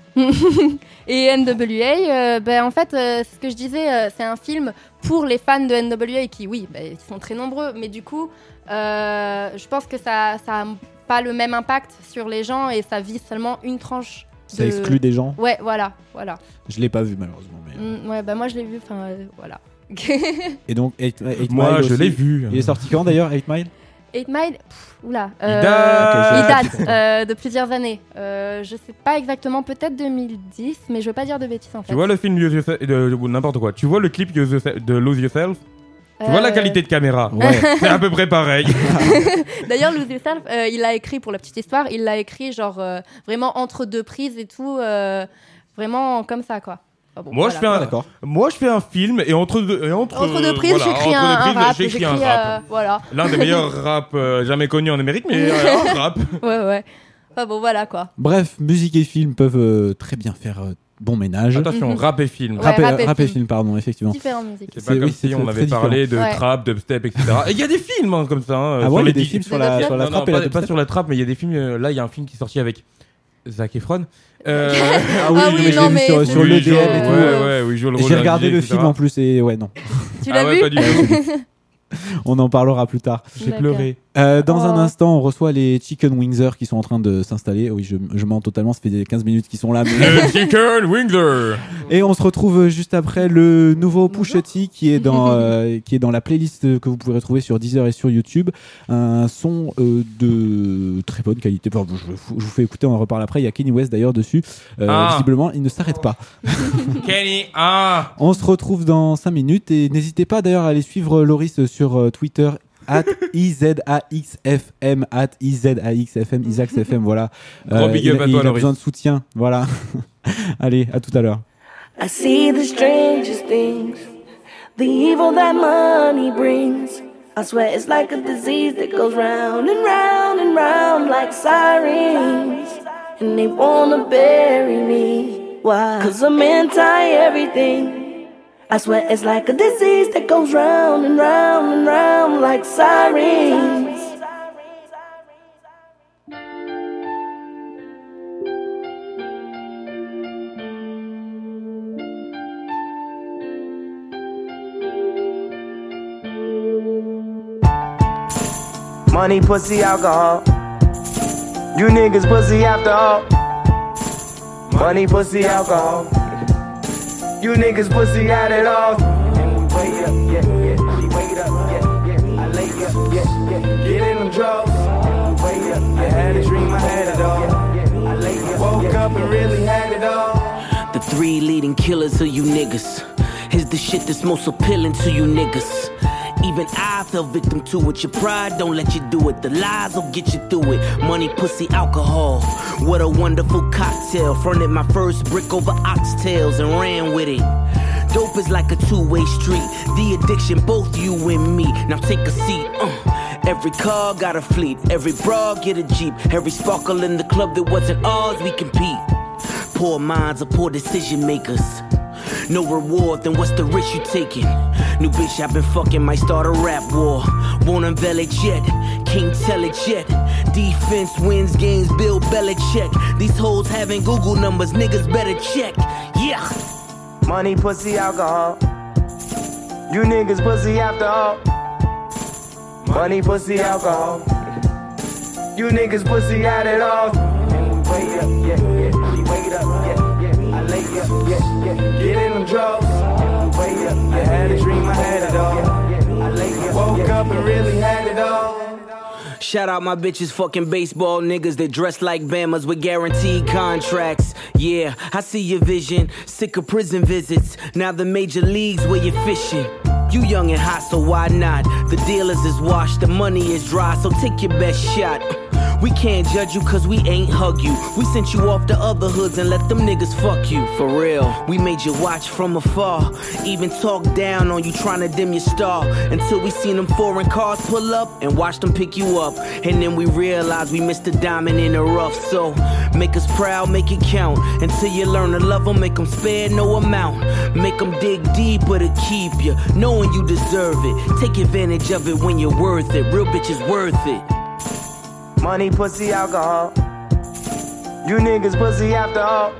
S5: Et N W A, euh, ben, en fait, euh, ce que je disais, euh, c'est un film pour les fans de N W A qui, oui, ben, ils sont très nombreux, mais du coup, euh, je pense que ça n'a pas le même impact sur les gens et ça vise seulement une tranche.
S6: Ça
S5: de-
S6: exclut des gens.
S5: Ouais, voilà, voilà.
S6: Je l'ai pas vu malheureusement. Mais... euh.
S5: Mm, ouais, bah moi je l'ai vu, enfin, euh, voilà.
S6: Et donc eight, eight
S7: Moi,
S6: Mile
S7: je
S6: aussi.
S7: l'ai vu.
S6: Il est sorti quand d'ailleurs eight Mile
S5: eight mile, pff, oula.
S7: Il
S5: euh,
S7: date.
S5: il date euh, de plusieurs années. Euh, je sais pas exactement, peut-être deux mille dix, mais je veux pas dire de bêtises en fait.
S7: Tu vois le film Lose Yourself, de, ou n'importe quoi. Tu vois le clip Lose Yourself- de Lose Yourself. Tu vois la
S5: Euh,
S7: qualité de caméra.
S6: Ouais.
S7: C'est à peu près pareil.
S5: D'ailleurs, Lose Yourself, euh, il l'a écrit pour la petite histoire, il l'a écrit genre euh, vraiment entre deux prises et tout, euh, vraiment comme ça quoi. Enfin, bon,
S7: Moi,
S5: voilà.
S7: je fais un,
S6: D'accord.
S7: moi, je fais un film et entre deux, et entre,
S5: Entre deux prises,
S7: voilà,
S5: j'écris
S7: entre
S5: un,
S7: deux prises,
S5: un rap.
S7: j'écris un
S5: j'écris,
S7: rap.
S5: euh, voilà.
S7: L'un des meilleurs rap euh, jamais connus en Amérique, mais euh, un rap.
S5: Ouais, ouais. Enfin bon, voilà quoi.
S6: Bref, musique et film peuvent euh, très bien faire euh, bon ménage.
S7: Attention,
S5: Mhm.
S7: rap et film.
S5: Ouais,
S6: rap, et,
S5: rap et
S6: rap et
S5: film.
S6: film, pardon, effectivement.
S5: Différentes musiques.
S7: C'est pas
S6: C'est-
S7: comme
S6: oui, c'est
S7: si on
S6: très
S7: avait parlé de
S5: Ouais.
S7: trap, dubstep, et cetera. Et il y a des films hein, comme ça. hein,
S6: Ah
S7: sur
S6: ouais, il y
S7: les
S6: a des
S7: dix-
S6: films sur
S5: Des
S6: la,
S5: dubstep
S6: sur la
S7: Non, non,
S6: trappe et
S7: pas,
S6: la
S7: pas
S6: dubstep.
S7: sur la trappe, mais il y a des films. euh, Là, il y a un film qui est sorti avec Zac Efron. Euh,
S6: Ah oui,
S5: Ah
S6: non,
S5: oui,
S6: mais je
S5: non,
S6: l'ai vu
S5: mais
S6: sur,
S5: c'est
S6: sur
S7: oui,
S6: l'E
S7: il
S6: D
S7: joue-
S6: M et tout.
S7: Ouais,
S6: euh,
S7: ouais, oui, il joue le
S6: et
S7: rôle
S6: J'ai
S7: d'un
S6: regardé
S7: D J,
S6: le
S7: et
S6: film
S7: cetera.
S6: en plus et ouais, non.
S5: Tu
S7: Ah
S5: l'as
S7: ouais,
S5: vu
S7: pas du tout.
S6: On en parlera plus tard.
S7: J'ai
S5: D'accord.
S7: pleuré.
S6: Euh, dans un
S5: Oh.
S6: instant, on reçoit les Chicken Wingers qui sont en train de s'installer. Oui, je, je mens totalement, ça fait quinze minutes qu'ils sont là. Mais...
S7: Le Chicken Winger.
S6: Et on se retrouve juste après le nouveau Pusha T qui est dans euh, qui est dans la playlist que vous pouvez retrouver sur Deezer et sur YouTube. Un son euh, de très bonne qualité. Enfin, je, je vous fais écouter, on en reparle après. Il y a Kanye West d'ailleurs dessus. Euh,
S7: Ah.
S6: Visiblement, il ne s'arrête pas.
S7: Kenny. Ah.
S6: On se retrouve dans cinq minutes et n'hésitez pas d'ailleurs à aller suivre Loris sur euh, Twitter. at I Z A X F M at I Z A X F M Isaac F M, voilà.
S7: Gros big up
S6: il,
S7: à
S6: il
S7: toi,
S6: a
S7: Loris.
S6: besoin de soutien, voilà. Allez, à tout à l'heure.
S11: I see the strangest things, the evil that money brings. I swear it's like a disease that goes round and round and round like sirens. And they wanna bury me. Why? Cause I'm anti-everything. I swear it's like a disease that goes round and round and round like sirens.
S8: Money, pussy, alcohol. You niggas pussy after all. Money, pussy, alcohol. You niggas pussy had it all. And we wait up, yeah, yeah. We wait up, yeah, yeah. I lay up, yeah, yeah. Get in them drugs. And we wait up, I had a dream, I had it all. I lay up, woke up and really had it all.
S12: The three leading killers of you niggas is the shit that's most appealing to you niggas. Even I fell victim to it. Your pride don't let you do it. The lies will get you through it. Money, pussy, alcohol. What a wonderful cocktail. Fronted my first brick over oxtails and ran with it. Dope is like a two-way street. The addiction, both you and me. Now take a seat. Uh. Every car got a fleet. Every bra get a Jeep. Every sparkle in the club that wasn't ours, we compete. Poor minds are poor decision makers. No reward, then what's the risk you taking? New bitch I've been fucking might start a rap war. Won't unveil it yet, can't tell it yet. Defense wins games, Bill Belichick. These hoes having Google numbers, niggas better check. Yeah.
S8: Money, pussy, alcohol. You niggas pussy after all. Money, pussy, alcohol. You niggas pussy had it all. And we wait up, yeah, yeah. We wait up, yeah, yeah. I lay up, yeah, yeah. Get in them drugs. And we wait up, I had a dream, I had it all. I lay up, woke up and really had it all.
S12: Shout out my bitches fucking baseball niggas that dress like Bamas with guaranteed contracts. Yeah, I see your vision. Sick of prison visits. Now the major leagues where you're fishing. You young and hot, so why not? The dealers is washed, the money is dry, so take your best shot. We can't judge you cause we ain't hug you. We sent you off to other hoods and let them niggas fuck you. For real, we made you watch from afar. Even talk down on you trying to dim your star. Until we seen them foreign cars pull up and watch them pick you up. And then we realized we missed a diamond in the rough. So make us proud, make it count. Until you learn to love them, make them spare no amount. Make them dig deeper to keep you, knowing you deserve it. Take advantage of it when you're worth it. Real bitches worth it.
S8: Money, pussy, alcohol. You niggas pussy after all.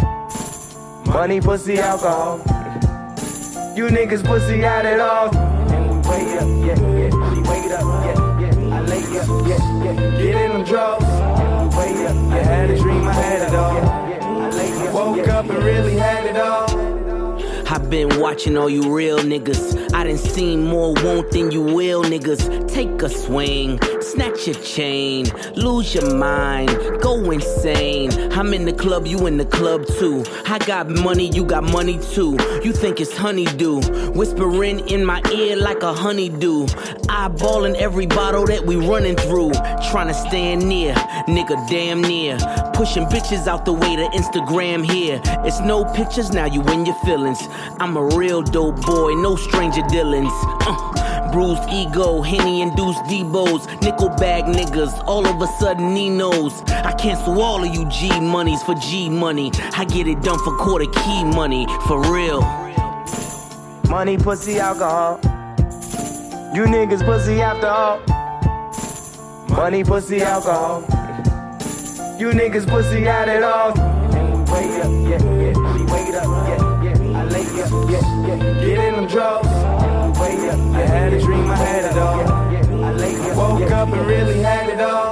S8: Money, pussy, alcohol. You niggas pussy had it all. And we wait up, yeah, yeah. We wait up, yeah, yeah. I lay up, yeah, yeah. Get in them drugs. And we wait up, I had a dream, I had it all. I lay up, woke up and really had it all.
S12: I've been watching all you real niggas. I done seen more won't than you will niggas. Take a swing, snatch your chain, lose your mind, go insane. I'm in the club, you in the club too. I got money, you got money too. You think it's honeydew, whispering in my ear like a honeydew. Eyeballing every bottle that we running through. Trying to stand near, nigga damn near. Pushing bitches out the way to Instagram here. It's no pictures, now you in your feelings. I'm a real dope boy, no stranger dealings. Uh, bruised ego, Henny-induced Debos, nickel bag niggas, all of a sudden Ninos. I cancel all of you G monies for G money. I get it done for quarter key money, for real.
S8: Money, pussy, alcohol. You niggas pussy after all. Money, pussy, alcohol. You niggas pussy had it all. And we wait up, yeah, yeah. We wait up, yeah, yeah. I lay up, yeah, yeah. Get in them drugs. And we wait up, I had a dream, I had it all. I lay up, woke up and really had it all.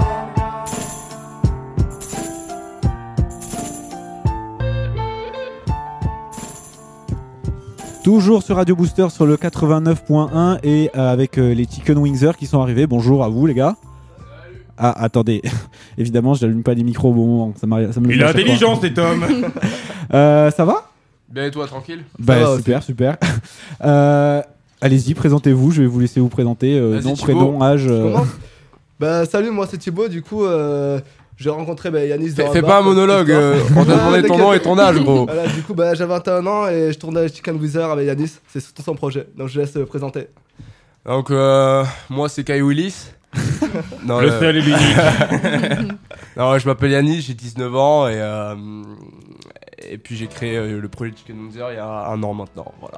S6: Toujours sur Radio Booster sur le quatre-vingt-neuf point un et euh, avec euh, les Chicken Wingers qui sont arrivés. Bonjour à vous les gars. Ah attendez, évidemment je n'allume pas les micros au bon moment. Ça ça me
S7: Il est intelligent cet homme.
S6: euh, Ça va?
S13: Bien et toi, tranquille?
S6: Bah
S13: va,
S6: super, aussi. super. euh, allez-y, présentez-vous, je vais vous laisser vous présenter. Euh, nom, prénom, âge. Euh...
S14: Bah salut, moi c'est Thibaut, du coup... Euh... J'ai rencontré bah, Yanis.
S13: Fais, fais pas un monologue, euh, on t'a demandé ton nom et ton âge, gros.
S14: Voilà, du coup, bah, j'ai vingt et un ans et je tourne à Chicken Wizard avec Yanis. C'est surtout son projet, donc je laisse euh, présenter.
S13: Donc, euh, moi, c'est Kai Willis.
S7: non, le euh... seul et l'unique.
S13: Non, je m'appelle Yanis, j'ai dix-neuf ans et, euh, et puis j'ai créé euh, le projet Chicken Wizard il y a un an maintenant. Voilà.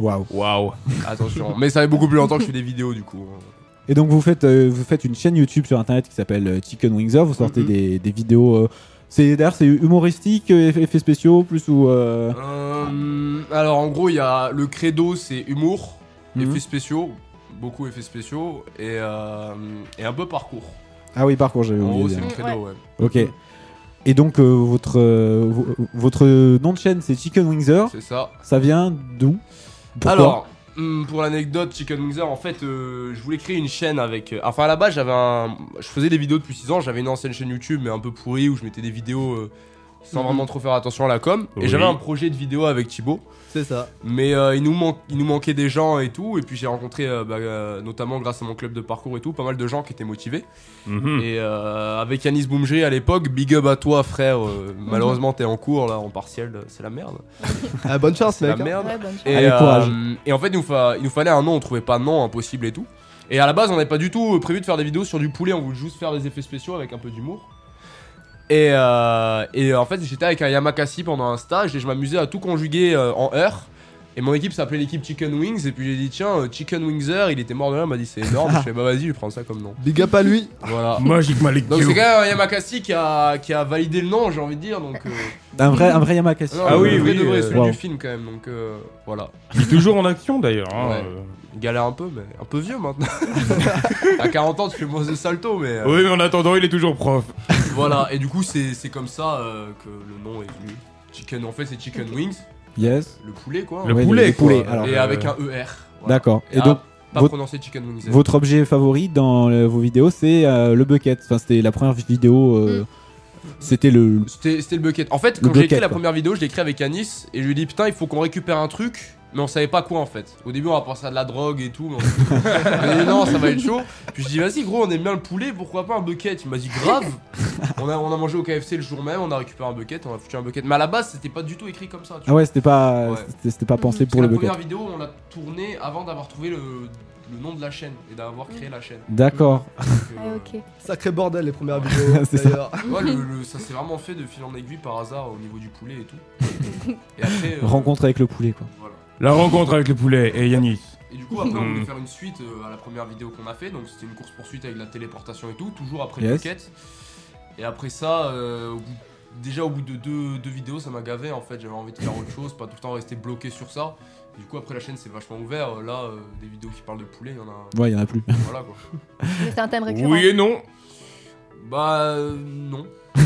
S6: Waouh.
S13: Waouh. Attention. Mais ça fait beaucoup plus longtemps que je fais des vidéos du coup.
S6: Et donc vous faites, euh, vous faites une chaîne YouTube sur internet qui s'appelle euh, Chicken Wingser. Vous sortez
S13: Mhm.
S6: des, des vidéos. Euh, c'est d'ailleurs c'est humoristique, euh, eff- effets spéciaux plus ou. Euh...
S13: Euh, alors en gros, il y a le credo, c'est humour,
S6: Mhm.
S13: effets spéciaux, beaucoup effets spéciaux et, euh, et un peu parcours.
S6: Ah oui, parcours, j'avais
S13: En
S6: oublié.
S13: gros,
S6: de
S13: c'est le
S6: dire.
S13: credo, ouais.
S6: Ok. Et donc euh, votre euh, vo- votre nom de chaîne c'est Chicken Wingser.
S13: C'est ça.
S6: Ça vient d'où? Pourquoi?
S13: Alors, hum, pour l'anecdote, Chicken Wingser, en fait, euh, je voulais créer une chaîne avec. euh, enfin, à la base, j'avais un. Je faisais des vidéos depuis six ans. J'avais une ancienne chaîne YouTube, mais un peu pourrie, où je mettais des vidéos euh, sans
S14: Mhm.
S13: vraiment trop faire attention à la com.
S14: Oui.
S13: Et j'avais un projet de vidéo avec Thibaut.
S14: C'est ça.
S13: Mais euh, il, nous man- il nous manquait des gens et tout. Et puis j'ai rencontré, euh, bah, euh, notamment grâce à mon club de parcours et tout, pas mal de gens qui étaient motivés.
S7: Mhm.
S13: Et euh, avec Yanis Boumgé à l'époque, big up à toi, frère. euh, malheureusement, t'es en cours là, en partiel, c'est la merde.
S14: Ah, bonne chance,
S13: C'est
S14: mec.
S13: la
S14: hein.
S13: merde.
S5: Ouais, bonne chance.
S13: Et,
S6: Allez, courage.
S13: euh, et en fait, il nous, fa- il nous fallait un nom, on trouvait pas de nom, impossible et tout. Et à la base, on n'avait pas du tout prévu de faire des vidéos sur du poulet, on voulait juste faire des effets spéciaux avec un peu d'humour. Et, euh, et en fait, j'étais avec un Yamakasi pendant un stage et je m'amusais à tout conjuguer euh, en heure. Et mon équipe s'appelait l'équipe Chicken Wings. Et puis j'ai dit, tiens, euh, Chicken Wingser, il était mort de là, il m'a dit, c'est énorme. Je fais, bah vas-y, je vais prendre ça comme nom.
S14: Big up à lui.
S13: Voilà.
S7: Magic Malik
S13: Donc
S7: Q.
S13: c'est quand même un Yamakasi qui a, qui a validé le nom, j'ai envie de dire. Donc, euh,
S6: Un vrai un vrai Yamakasi.
S13: non,
S7: Ah
S13: le
S7: oui,
S13: vrai
S7: oui,
S13: de vrai,
S7: euh,
S13: celui
S6: wow.
S13: du film quand même. Donc euh, voilà.
S7: Il est toujours en action d'ailleurs. hein,
S13: Ouais.
S7: euh.
S13: Il galère un peu, mais un peu vieux maintenant. À quarante ans, tu fais moins de salto, mais. euh,
S7: Oui, mais en attendant, il est toujours prof.
S13: Voilà, et du coup, c'est c'est comme ça euh, que le nom est venu. Chicken, en fait, c'est Chicken Wings,
S6: Yes.
S13: le poulet quoi.
S7: Le
S6: Ouais,
S7: poulet,
S6: le
S7: quoi.
S6: poulet, alors.
S13: Et
S7: Euh,
S13: avec un E R. voilà.
S6: D'accord. Et
S13: Et
S6: donc
S13: pas
S6: votre,
S13: prononcé Chicken Wings.
S6: votre objet favori dans euh, vos vidéos c'est euh, le bucket. Enfin c'était la première vidéo. euh, C'était le.
S13: C'était c'était le bucket. En fait,
S6: Le
S13: quand j'ai écrit
S6: bucket,
S13: la
S6: quoi.
S13: première vidéo, je l'ai écrit avec Yanis et je lui ai dit putain, il faut qu'on récupère un truc. Mais on savait pas quoi en fait. Au début, on a pensé à de la drogue et tout. Mais on on a dit non, ça va être chaud. Puis je dis vas-y, gros, on aime bien le poulet, pourquoi pas un bucket. Il m'a dit grave. On a, on a mangé au K F C le jour même, on a récupéré un bucket, on a foutu un bucket. Mais à la base, c'était pas du tout écrit comme ça. Tu
S6: Ah ouais c'était pas
S13: Ouais.
S6: c'était- c'était pas pensé
S13: Parce
S6: pour
S13: que
S6: le
S13: la
S6: bucket.
S13: première vidéo, on l'a tournée avant d'avoir trouvé le, le nom de la chaîne et d'avoir créé la chaîne.
S6: D'accord.
S13: Donc,
S5: Ah,
S13: euh,
S5: ok.
S14: Sacré bordel, les premières vidéos.
S6: C'est ça.
S14: d'ailleurs.
S13: ouais, le- le- ça s'est vraiment fait de fil en aiguille par hasard au niveau du poulet et tout. Et après. euh,
S6: Rencontre avec le poulet quoi.
S13: Voilà.
S7: La rencontre avec le poulet et Yanis.
S13: Et du coup, après, on
S7: Mm.
S13: voulait faire une suite euh, à la première vidéo qu'on a fait. Donc, c'était une course-poursuite avec de la téléportation et tout, toujours après le
S6: Yes.
S13: bucket. Et après ça, euh, au bout- déjà au bout de deux, deux vidéos, ça m'a gavé en fait. J'avais envie de faire autre chose, pas tout le temps rester bloqué sur ça. Et du coup, après, la chaîne s'est vachement ouverte. Là, euh, des vidéos qui parlent de poulet, il y en a.
S6: Ouais il y en a plus.
S13: Voilà quoi.
S5: Mais c'est un thème récurrent.
S7: Oui et non.
S13: Bah, euh, non.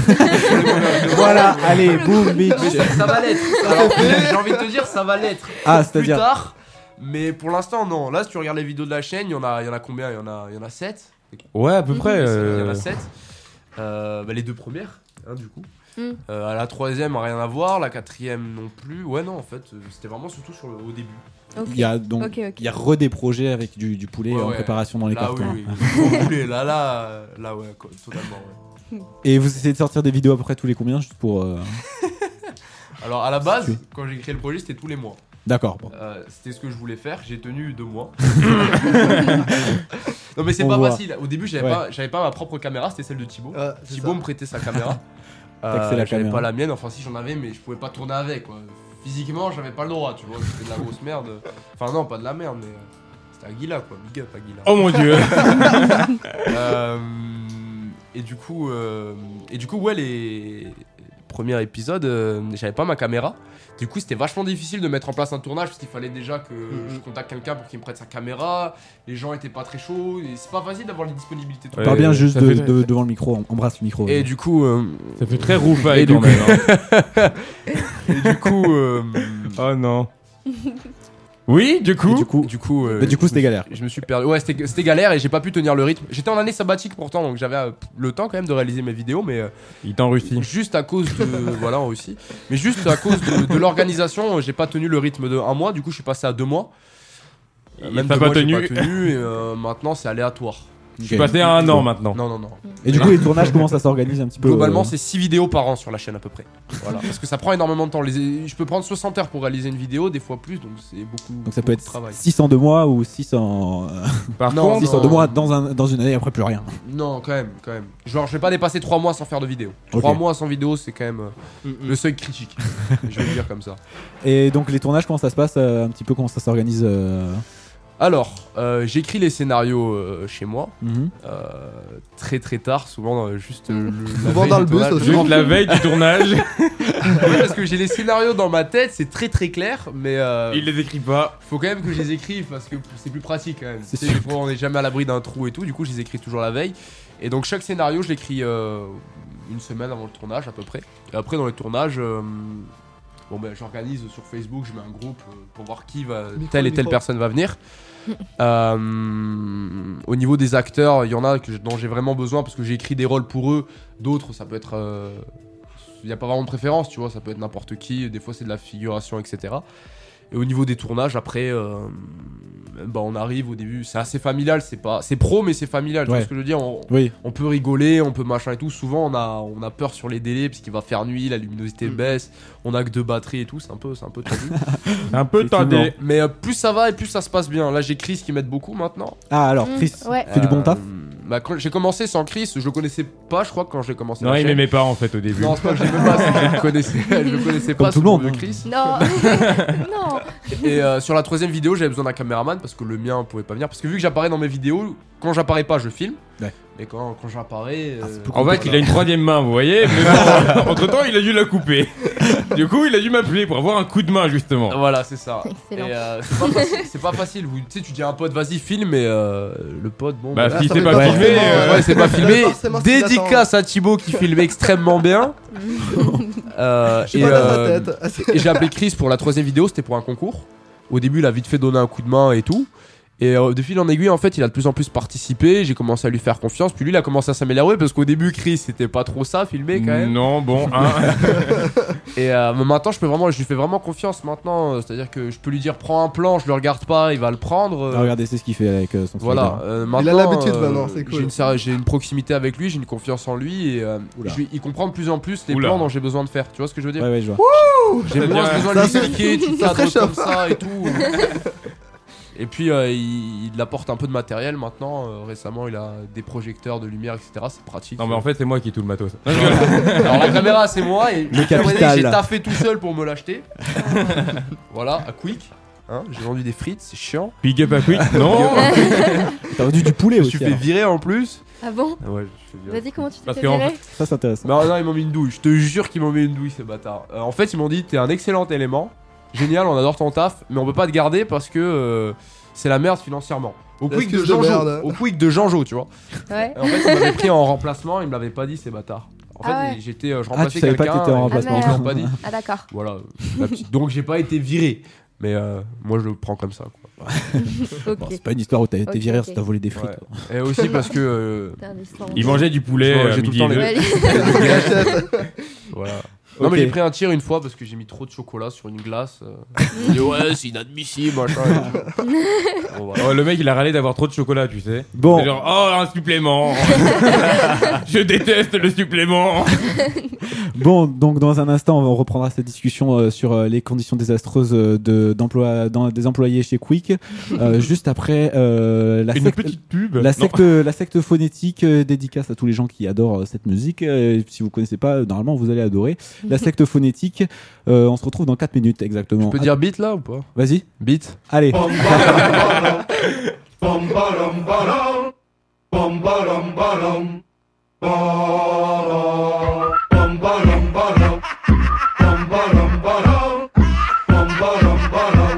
S6: Voilà allez boum bitch.
S13: Mais ça, ça va l'être. Alors, j'ai envie de te dire, ça va l'être.
S6: Ah
S13: Plus
S6: c'est-à-dire.
S13: tard. Mais pour l'instant, non. Là, si tu regardes les vidéos de la chaîne, il y en a, il y en a combien Il y en a, il y en a sept.
S7: Ouais, à peu près.
S13: Il y en
S7: euh,
S13: a sept. Euh, bah, les deux premières, hein, du coup.
S5: Mm.
S13: Euh, à la troisième, rien à voir. La quatrième non plus. Ouais, non, en fait, euh, c'était vraiment surtout sur le, au début.
S5: Ok.
S6: Il y a donc
S5: Ok, ok.
S6: il y a re des projets avec du, du poulet
S13: Ouais,
S6: en
S13: ouais.
S6: préparation dans les
S13: Là,
S6: cartons.
S13: oui, oui. Au poulet, là, là, euh, là, ouais, quoi, totalement. Ouais.
S6: Et vous essayez de sortir des vidéos à peu près tous les combien juste pour. euh,
S13: Alors, à la base,
S6: Tu-
S13: quand j'ai créé le projet, c'était tous les mois.
S6: D'accord. Bon.
S13: Euh, c'était ce que je voulais faire. J'ai tenu deux mois. Non, mais c'est
S6: On
S13: pas
S6: voit.
S13: facile. Au début, j'avais
S6: Ouais.
S13: pas, j'avais pas ma propre caméra, c'était celle de Thibaut.
S14: Ah, c'est
S13: Thibaut
S14: ça.
S13: me prêtait sa caméra.
S6: T'as que c'est la
S13: j'avais
S6: caméra.
S13: pas la mienne, enfin si j'en avais, mais je pouvais pas tourner avec quoi. Physiquement, j'avais pas le droit, tu vois, c'était de la grosse merde. Enfin non, pas de la merde, mais euh, c'était Aguila quoi, big up Aguila.
S7: Oh mon dieu.
S13: Euh, et du coup, euh, et du coup, ouais, les premiers épisodes, euh, j'avais pas ma caméra. Du coup, c'était vachement difficile de mettre en place un tournage parce qu'il fallait déjà que je contacte quelqu'un pour qu'il me prête sa caméra. Les gens étaient pas très chauds et c'est pas facile d'avoir les disponibilités. tout le
S7: Ouais,
S6: Parle bien
S7: euh,
S6: juste
S7: ça
S6: de-
S7: fait-
S6: de- devant le micro, embrasse le micro.
S13: Et du coup, euh,
S7: Ça fait très roufaille
S13: Et du
S7: quand
S13: coup-
S7: même. hein.
S13: et du coup, euh,
S7: Oh non. Oui, du coup.
S6: Et du coup,
S13: du coup, euh,
S6: Bah, du coup,
S13: je
S6: c'était
S13: me suis-
S6: galère.
S13: Je me suis perdu. Ouais, c'était c'était galère et j'ai pas pu tenir le rythme. J'étais en année sabbatique pourtant, donc j'avais euh, le temps quand même de réaliser mes vidéos, mais euh,
S7: Il est en Russie.
S13: juste à cause de voilà en Russie, mais juste à cause de, de l'organisation, j'ai pas tenu le rythme de un mois. Du coup, je suis passé à deux mois. Euh,
S7: Et
S13: Même
S7: t'as
S13: deux
S7: pas
S13: mois, j'ai
S7: tenu.
S13: pas tenu et euh, maintenant c'est aléatoire.
S7: Je suis passé à un an maintenant.
S13: Non, non, non.
S6: Et du coup, les tournages, comment ça s'organise un petit peu
S13: Globalement,
S6: euh...
S13: c'est six vidéos par an sur la chaîne à peu près. Voilà. Parce que ça prend énormément de temps. Les... Je peux prendre soixante heures pour réaliser une vidéo, des fois plus, donc c'est beaucoup.
S6: Donc ça
S13: beaucoup
S6: peut être
S13: de travail.
S6: six cents de mois ou six cents.
S13: Par contre,
S6: six cents de mois dans, un, dans une année, après plus rien.
S13: Non, quand même, quand même. Genre, je vais pas dépasser trois mois sans faire de vidéo. trois
S6: Ok.
S13: mois sans vidéo, c'est quand même euh,
S14: Mm-mm.
S13: le seuil critique. Je vais le dire comme ça.
S6: Et donc, les tournages, comment ça se passe euh, un petit peu, comment ça s'organise euh...
S13: Alors, euh, j'écris les scénarios euh, chez moi,
S6: Mhm.
S13: euh, très très tard, souvent euh, juste euh, le, la
S14: Souvent
S13: veille
S14: dans
S13: du
S14: le bus
S13: tournage.
S14: aussi.
S7: Juste la veille du tournage.
S13: Ouais, parce que j'ai les scénarios dans ma tête, c'est très très clair, mais euh,
S7: Il les écrit pas.
S13: faut quand même que je les écrive parce que c'est plus pratique quand même.
S6: C'est
S13: Tu sais,
S6: sûr.
S13: des fois, on n'est jamais à l'abri d'un trou et tout, du coup je les écris toujours la veille. Et donc chaque scénario, je l'écris euh, une semaine avant le tournage à peu près. Et après dans les tournages, euh, bon ben j'organise sur Facebook, je mets un groupe euh, pour voir qui va,
S14: Micro,
S13: telle et telle
S14: micro.
S13: personne va venir. Euh, au niveau des acteurs, il y en a que, je- dont j'ai vraiment besoin parce que j'ai écrit des rôles pour eux. D'autres, ça peut être, euh, il n'y a pas vraiment de préférence, tu vois, ça peut être n'importe qui. Des fois, c'est de la figuration, et cetera. Et au niveau des tournages, après, euh, bah, on arrive au début, c'est assez familial, c'est pas, c'est pro mais c'est familial. Tu
S6: Ouais.
S13: vois ce que je veux dire on,
S6: Oui.
S13: on peut rigoler, on peut machin et tout. Souvent, on a, on a peur sur les délais parce qu'il va faire nuit, la luminosité
S14: Mm.
S13: baisse, on a que deux batteries et tout. C'est un peu, c'est un peu tendu.
S7: Un peu tendu.
S13: Mais euh, plus ça va et plus ça se passe bien. Là, j'ai Chris qui m'aide beaucoup maintenant.
S6: Ah, alors, Chris,
S5: Mm, ouais.
S6: fait du bon taf.
S13: Bah, quand j'ai commencé sans Chris, je le connaissais pas, je crois, quand j'ai commencé.
S7: Non,
S13: la
S7: il
S13: chaîne.
S7: m'aimait pas en fait au début.
S13: Non, c'est pas que j'aimais pas, c'est que je le connaissais, je le connaissais
S6: Comme
S13: pas.
S6: tout
S13: ce
S6: le monde,
S13: bon
S6: hein.
S13: vieux Chris.
S5: Non. non.
S13: Et euh, sur la troisième vidéo, j'avais besoin d'un caméraman parce que le mien pouvait pas venir. Parce que vu que j'apparais dans mes vidéos, quand j'apparais pas, je filme.
S6: Ouais.
S13: Mais quand, quand j'apparais. euh,
S7: En fait, il a une troisième main, vous voyez. Mais bon, entre temps, il a dû la couper. Du coup, il a dû m'appeler pour avoir un coup de main, justement.
S13: Voilà, c'est ça.
S5: Excellent.
S13: Et euh, c'est pas facile. C'est pas facile. Vous- Tu sais, tu dis à un pote, vas-y, filme, mais euh, le pote, bon.
S7: Bah,
S13: bah,
S7: si
S14: ça
S7: c'est
S14: fait
S7: pas
S14: pas
S7: filmé.
S14: forcément,
S7: euh,
S13: ouais, c'est pas filmé.
S14: pas forcément ce qu'il
S13: Dédicace à Thibaut qui filme extrêmement bien. Euh,
S14: Je
S13: et
S14: suis pas dans
S13: euh,
S14: ma tête.
S13: et j'ai appelé Chris pour la troisième vidéo, c'était pour un concours. Au début, il a vite fait donner un coup de main et tout. Et euh, de fil en aiguille, en fait, il a de plus en plus participé. J'ai commencé à lui faire confiance. Puis lui, il a commencé à s'améliorer parce qu'au début, Chris, c'était pas trop ça, filmer quand même.
S7: Non, bon, hein.
S13: Et euh, mais maintenant, je peux vraiment, je lui fais vraiment confiance maintenant. Euh, C'est-à-dire que je peux lui dire, prends un plan, je le regarde pas, il va le prendre. Euh,
S6: Ah, regardez, c'est ce qu'il fait avec euh, son
S13: voilà.
S6: slider.
S13: euh,
S14: Il a
S13: maintenant,
S14: l'habitude
S13: euh,
S14: maintenant, c'est cool.
S13: J'ai une, ser- j'ai une proximité avec lui, j'ai une confiance en lui et euh,
S6: Oula.
S13: je lui- il comprend de plus en plus les
S7: Oula.
S13: plans dont j'ai besoin de faire. Tu vois ce que je veux dire?
S6: Ouais, ouais, je vois.
S13: J'ai
S7: Ça
S13: moins
S7: devient-
S13: besoin de
S14: ça
S13: lui
S14: se-
S13: expliquer, tu
S14: ça se
S13: cadres comme
S14: réchauffe.
S13: ça et tout. Et puis euh, il, il apporte un peu de matériel maintenant. Euh, récemment, il a des projecteurs de lumière, et cetera. C'est pratique.
S7: Non, mais en fait, c'est moi qui ai tout le matos.
S13: Alors la caméra, c'est moi et
S6: Le
S13: je dois avouer que
S6: capital.
S13: j'ai taffé tout seul pour me l'acheter. Voilà, à Quick. Hein, j'ai vendu des frites, c'est chiant.
S7: Big up à Quick. Non.
S6: T'as vendu du poulet
S13: Je me
S6: aussi.
S13: suis fait
S6: alors.
S13: virer en plus.
S5: Ah bon?
S13: Ah ouais, je me suis fait virer.
S5: Vas-y, comment tu t'es
S7: Parce
S5: fait
S7: qu'en
S5: virer?
S6: Ça, c'est intéressant.
S13: Non, non, ils m'ont mis une douille. Je te jure qu'ils m'ont mis une douille, ces bâtards. Euh, en fait, ils m'ont dit t'es un excellent élément. Génial, on adore ton taf, mais on peut pas te garder parce que euh, c'est la merde financièrement. Au quick de
S14: L'excuse de
S13: Jean-Jo.
S14: merde.
S13: Au quick de Jean-Jo, tu vois.
S5: Ouais.
S13: Et en fait, ils m'avaient pris en remplacement, ils me l'avaient pas dit, ces bâtards. En fait,
S5: Ah ouais.
S13: j'étais, euh, je
S6: Ah,
S13: remplaçais
S6: tu savais pas que
S13: quelqu'un.
S6: t'étais en
S13: et
S6: remplacement.
S13: Ils m'ont pas dit.
S5: Ah d'accord.
S13: Voilà, euh, la petite- donc j'ai pas été viré. Mais euh, moi, je le prends comme ça, quoi.
S5: Ok.
S6: Bon, c'est pas une histoire où t'as été
S5: Ok,
S6: viré,
S5: ok.
S6: c'est t'as volé des frites.
S13: Ouais. Et aussi parce que. euh,
S5: T'es un histoire.
S7: Il mangeait du poulet.
S13: Ouais,
S7: euh,
S13: j'ai tout
S7: midi
S13: le temps
S7: et
S13: les-
S7: deux.
S5: Ouais.
S13: Voilà. Non,
S6: Ok.
S13: mais j'ai pris un tir une fois parce que j'ai mis trop de chocolat sur une glace. euh. J'ai dit, ouais, c'est inadmissible, machin. et tout. Bon, voilà.
S7: Oh, le mec, il a râlé d'avoir trop de chocolat, tu sais.
S6: Bon.
S7: C'est genre, oh, un supplément. Je déteste le supplément.
S6: Bon, donc dans un instant, on reprendra cette discussion euh, sur euh, les conditions désastreuses euh, de, d'emploi, dans- des employés chez Quick. Euh, juste après euh, la,
S7: Une
S6: secte,
S7: petite pub.
S6: la,
S7: Non.
S6: secte, la secte phonétique, euh, dédicace à tous les gens qui adorent euh, cette musique. Euh, si vous connaissez pas, euh, normalement vous allez adorer. La secte phonétique, euh, on se retrouve dans quatre minutes exactement.
S13: Tu peux dire beat là ou pas?
S6: Vas-y,
S13: Beat.
S6: allez.
S3: Bum bum bum bum bum bum bum bum bum bum bum bum bum bum bum bum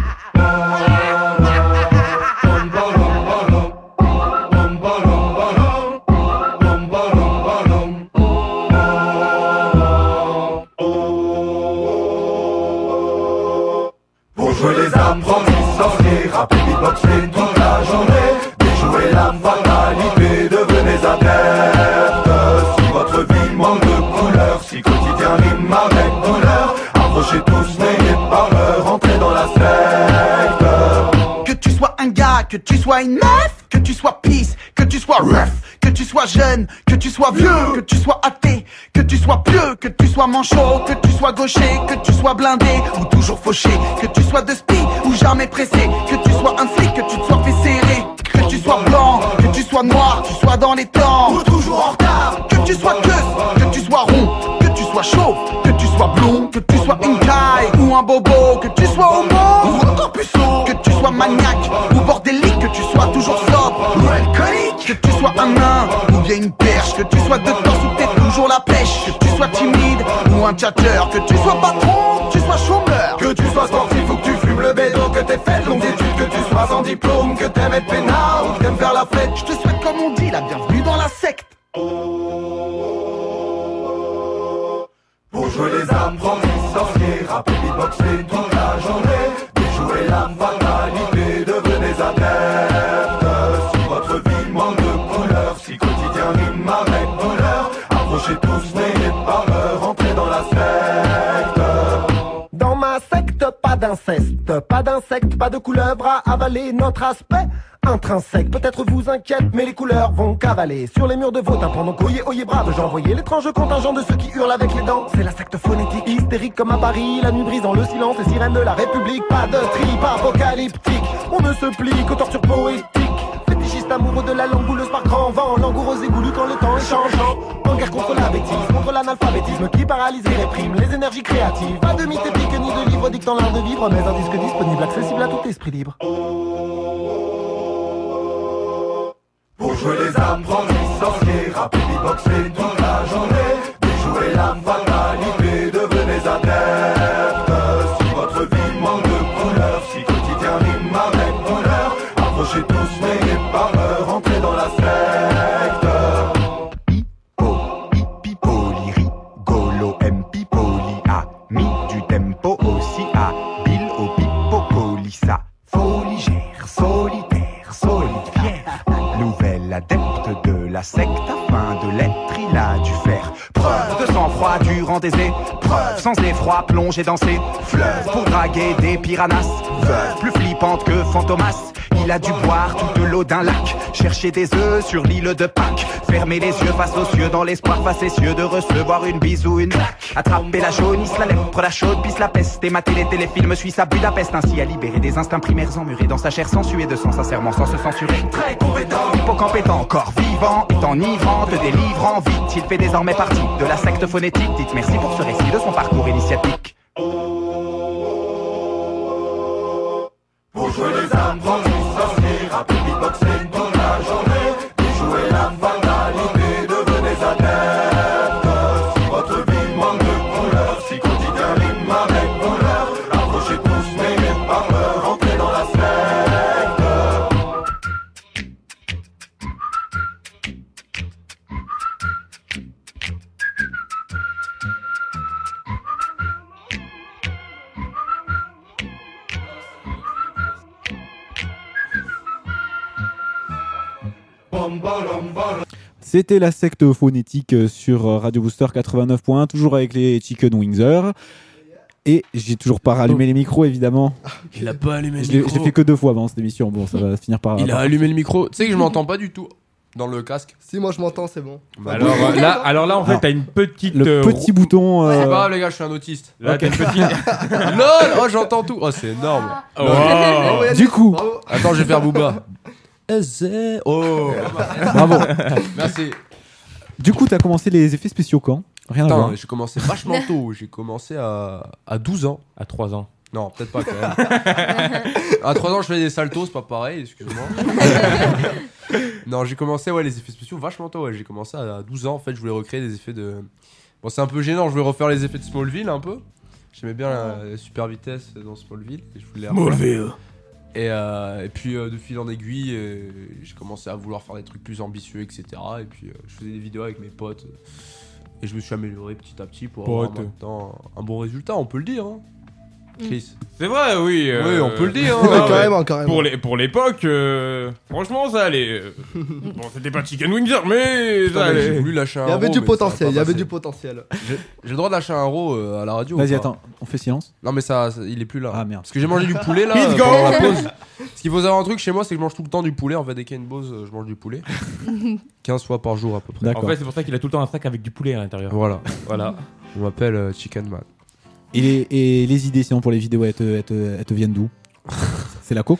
S3: Pour jouer les apprentis sorciers, rapper, beatboxer toute la journée, déjouer la fatalité, devenez adeptes. Si votre vie manque de couleur, si quotidien rime avec douleur, approchez tous, n'ayez pas peur, entrez dans la secte.
S15: Que tu sois un gars, que tu sois une meuf, que tu sois peace, que tu sois sois ref, que tu sois jeune, que tu sois vieux, que tu sois athée, que tu sois pieux, que tu sois manchot, que tu sois gaucher, que tu sois blindé ou toujours fauché, que tu sois de spi ou jamais pressé, que tu sois un flic, que tu te sois fait serrer, que tu sois blanc, que tu sois noir, tu sois dans les temps ou toujours en retard, que tu sois queue, que tu sois rond, que tu sois chauve, que tu sois blond, que tu sois une caille ou un bobo, que tu sois homo ou encore plus sourd, que tu sois maniaque ou bordélique, que tu sois toujours sobre ou alcoolique, que tu sois un nain ou bien une perche, que tu sois de torse ou t'es toujours la pêche, que tu sois timide ou un tchatcheur, que tu sois patron, que tu sois chômeur,
S3: Que tu sois sportif ou que tu fumes le bédo, que t'aies fait de longues études, que tu sois sans diplôme, que t'aimes être peinard ou que t'aimes faire la fête.
S15: je te souhaite comme on dit la bienvenue dans la secte.
S3: Pour jouer les âmes, francis, sorciers, rapper, beatboxer toute la journée, déjouer l'âme fatalité, devenez adeptes. Si votre vie manque de couleur, si quotidien rime avec douleur, approchez tous, n'ayez pas peur, entrez dans la secte.
S16: Dans ma secte, pas d'inceste, pas d'insectes, pas de couleuvre à avaler. Notre aspect intrinsèque peut-être vous inquiète, mais les couleurs vont cavaler sur les murs de vos tympans. Donc oyez, oyez brave, j'envoyais l'étrange contingent de ceux qui hurlent avec les dents. C'est la secte phonétique, hystérique comme à Paris, la nuit brisant le silence, les sirènes de la République. Pas de trip apocalyptique, on ne se plie qu'aux tortures poétiques. Fétichiste amoureux de la langouleuse par grand vent, langoureux et goulu quand le temps est changeant. En guerre contre la bêtise, contre l'analphabétisme qui paralyse et réprime les énergies créatives. Pas de mythe épique ni de livre dictant l'art de vivre, mais un disque disponible, accessible à tout esprit libre.
S3: Pour jouer les âmes, francis, sorciers, rapper, beatboxer toute la journée, déjouer l'âme fatalité, devenez adeptes. Si votre vie manque de couleur, si quotidien rime avec douleur, approchez tous, n'ayez pas peur, entrez dans la secte.
S17: Pipoli, rigolo, aime pipoli, a mis du tempo aussi à Bill au pipocolissa. Foligère, solitaire, solidaire, nouvelle adepte de la secte, afin de l'être, il a dû faire preuve de sang-froid durant des épreuves, sans effroi, plonger dans ses fleuves, pour draguer des piranhas, veuve, plus flippante que Fantomas. Il a dû boire toute l'eau d'un lac, chercher des œufs sur l'île de Pâques, fermer les yeux face aux cieux dans l'espoir facétieux de recevoir une bise ou une claque. Attraper la jaunisse, la lèpre, la chaude, pisse la peste, et mater les téléfilms suisses à Budapest, ainsi à libérer des instincts primaires emmurés dans sa chair sans suer de sang, sincèrement sans se censurer. Très compétent, hippocampe étant encore vivant, est enivrant, te délivrant vite, il fait désormais partie de la secte phonétique. Dites merci pour ce récit de son parcours initiatique.
S3: Pour jouer les âmes, francis, sorciers, rapper, beatboxer toute la journée, déjouer l'âme fatalité, devenez adeptes. Si votre vie manque de couleur, si quotidien rime avec douleur, approchez tous, n'ayez pas peur, entrez dans la secte.
S6: C'était la secte phonétique sur Radio Booster quatre-vingt-neuf point un, toujours avec les Chicken Wingers. Et j'ai toujours pas rallumé les micros, évidemment.
S13: Il a pas allumé le
S6: Je l'ai-
S13: micro.
S6: Je l'ai fait que deux fois avant cette émission. Bon, ça va finir par.
S13: Il a
S6: par-
S13: allumé le micro. Tu sais que je m'entends pas du tout dans le casque.
S14: Si, moi je m'entends, c'est bon.
S7: Alors euh, là, alors là, en fait,
S6: Alors,
S7: t'as une petite.
S6: Le
S7: euh,
S6: petit bouton.
S13: C'est
S6: euh,
S13: pas grave, les gars, je suis un autiste.
S7: Là, t'as une petite.
S13: LOL, oh, j'entends tout. Oh, c'est énorme.
S7: Oh.
S13: LOL.
S6: Du coup.
S13: Attends, je vais faire Booba. Oh.
S6: Bravo.
S13: Merci.
S6: Du coup, t'as commencé les effets spéciaux quand? Rien à voir.
S13: Putain, j'ai commencé vachement tôt. J'ai commencé à, à douze ans.
S7: À trois ans.
S13: Non, peut-être pas quand même. À trois ans, je fais des saltos, c'est pas pareil, excuse-moi. Non, j'ai commencé ouais, les effets spéciaux vachement tôt. Ouais. J'ai commencé à douze ans. En fait, je voulais recréer des effets de. Bon, c'est un peu gênant, je voulais refaire les effets de Smallville un peu. J'aimais bien la, la super vitesse dans Smallville. Et je voulais
S10: Smallville.
S13: Et, euh, et puis euh, de fil en aiguille, euh, j'ai commencé à vouloir faire des trucs plus ambitieux, et cetera. Et puis euh, je faisais des vidéos avec mes potes. Et je me suis amélioré petit à petit pour avoir
S7: Pote.
S13: maintenant un bon résultat, on peut le dire. Hein. Chris.
S7: C'est vrai, oui. euh,
S13: Oui, on peut le dire. Hein.
S14: Ouais,
S7: non,
S14: carrément,
S7: mais
S14: carrément.
S7: Pour les- pour l'époque, euh, franchement, ça allait. euh. Bon, c'était pas Chicken Wings, mais
S13: Putain,
S7: ça
S13: mais j'ai
S7: allait.
S13: voulu lâcher un
S14: Il y avait
S13: row,
S14: du
S13: mais ça a
S14: potentiel,
S13: pas
S14: il y avait
S13: passé.
S14: du potentiel.
S13: J'ai j'ai le droit de lâcher un row euh, à la radio.
S6: Vas-y,
S13: ou pas
S6: attends, on fait silence.
S13: Non, mais ça, ça- il est plus là.
S6: Ah merde.
S13: Parce que j'ai mangé du poulet là
S7: Let's
S13: euh,
S7: go.
S13: pendant la pause. Ce qu'il faut savoir un truc chez moi, c'est que je mange tout le temps du poulet. En fait, dès qu'il y a une pause, je mange du poulet. quinze fois par jour à peu près.
S7: En fait, c'est pour ça qu'il a tout le temps un sac avec du poulet à l'intérieur.
S13: Voilà.
S7: Voilà.
S13: On m'appelle euh, Chicken Man.
S6: Et les, et les idées, sinon, pour les vidéos, elles te, elles te, elles te viennent d'où? C'est la coke?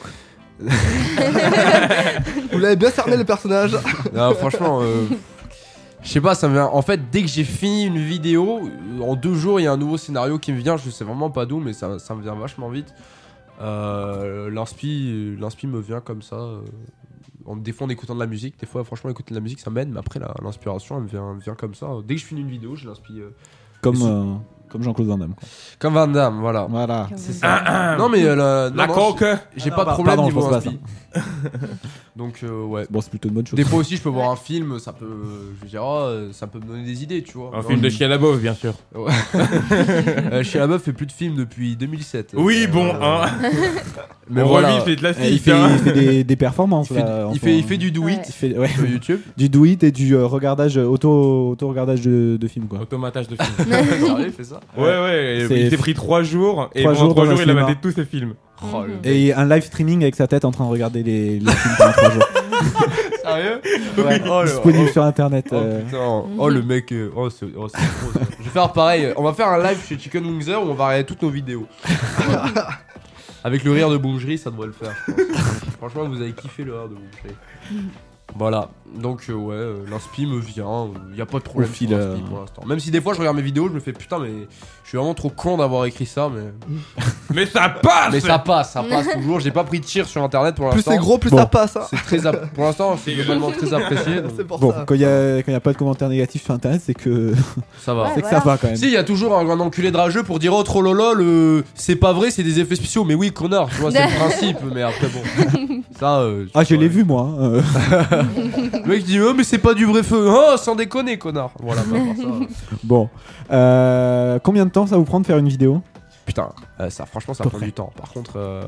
S14: Vous l'avez bien cerné le personnage.
S13: Non, franchement, euh, je sais pas, ça me vient. En fait, dès que j'ai fini une vidéo, en deux jours, il y a un nouveau scénario qui me vient. Je sais vraiment pas d'où, mais ça, ça me vient vachement vite. Euh, l'inspi, l'inspi me vient comme ça. Euh, en, des fois en écoutant de la musique, des fois franchement écouter de la musique ça m'aide, mais après la, l'inspiration elle me vient, elle me vient comme ça. Dès que je finis une vidéo, je l'inspire. Euh,
S6: comme, euh, comme Jean-Claude Van Damme. Quoi.
S13: Comme Van Damme, voilà.
S6: Voilà.
S13: C'est ça. Non mais euh, la,
S7: la
S13: non,
S7: coque.
S13: J'ai
S6: ah,
S13: pas
S6: bah,
S13: de problème
S6: pardon,
S13: niveau
S6: je
S13: inspi. Donc euh, ouais.
S6: Bon, c'est plutôt une bonne chose.
S13: Des fois aussi je peux voir un film, ça peut, je veux dire, oh, ça peut me donner des idées, tu vois.
S7: Un
S13: non,
S7: film de Shia LaBeouf, bien sûr.
S13: Ouais. euh, Shia LaBeouf fait plus de films depuis deux mille sept.
S7: Oui,
S13: euh,
S7: bon,
S13: euh,
S7: hein.
S13: Mais
S7: on
S13: voilà.
S7: revit, c'est classique.
S6: Il fait,
S7: hein.
S6: il fait des, des performances.
S13: Il fait,
S6: là,
S13: il, fait, il fait du do it
S6: il fait, ouais.
S13: sur YouTube.
S6: Du do it et du euh, regardage, auto, auto-regardage de, de films, quoi.
S7: Automatage de films.
S13: Sérieux, il fait ça.
S7: Ouais, ouais.
S6: C'est-
S7: Il s'est pris trois jours et
S6: Trois
S7: pendant
S6: jours
S7: trois
S6: dans
S7: jours,
S6: un
S7: il a
S6: cinéma.
S7: maté tous ses films.
S13: Oh, le
S6: Et un live streaming avec sa tête en train de regarder les, les films pendant trois jours.
S13: Sérieux?
S6: Ouais,
S13: Oh, le-
S6: disponible
S13: oh.
S6: sur internet.
S13: Oh
S6: euh.
S13: putain, oh le mec, euh, oh c'est oh, c'est trop ça. Je vais faire pareil, on va faire un live chez Chicken Wingser où on va regarder toutes nos vidéos. Voilà. Avec le rire de Boucherie, ça devrait le faire. Je pense. Franchement, vous avez kiffé le rire de Boucherie. Voilà, donc euh, ouais, euh, l'inspi me vient, il y a pas de problème
S6: Au fil,
S13: sur l'inspi
S6: euh,
S13: pour l'instant. Même si des fois je regarde mes vidéos, je me fais putain mais je suis vraiment trop con d'avoir écrit ça mais
S7: Mais ça passe.
S13: mais ça passe, ça passe toujours. J'ai pas pris de tir sur internet pour
S14: Plus
S13: l'instant.
S14: c'est gros, plus
S6: Bon.
S14: ça passe. Hein.
S13: C'est très app- pour l'instant, c'est globalement très apprécié. donc
S14: C'est pour
S6: Bon,
S14: ça.
S6: quand il n'y a, quand y a pas de commentaires négatifs sur internet, c'est que,
S13: Ça va.
S5: Ouais,
S6: c'est que
S5: voilà.
S6: ça va quand même.
S13: Si, il y a toujours un, un enculé de rageux pour dire oh trop lolo, le... c'est pas vrai, c'est des effets spéciaux. Mais oui, connard, tu vois, c'est le principe. Mais après, bon. Ça, euh,
S6: Ah, je
S13: ouais.
S6: l'ai vu moi. hein, euh.
S13: Le mec dit oh, mais c'est pas du vrai feu. Oh, sans déconner, connard. Voilà, bah, bah, ça.
S6: Bon, Euh, combien de temps ça vous prend de faire une vidéo?
S13: Putain, euh, ça, franchement, ça
S6: À peu
S13: prend
S6: près.
S13: du temps. Par contre, euh,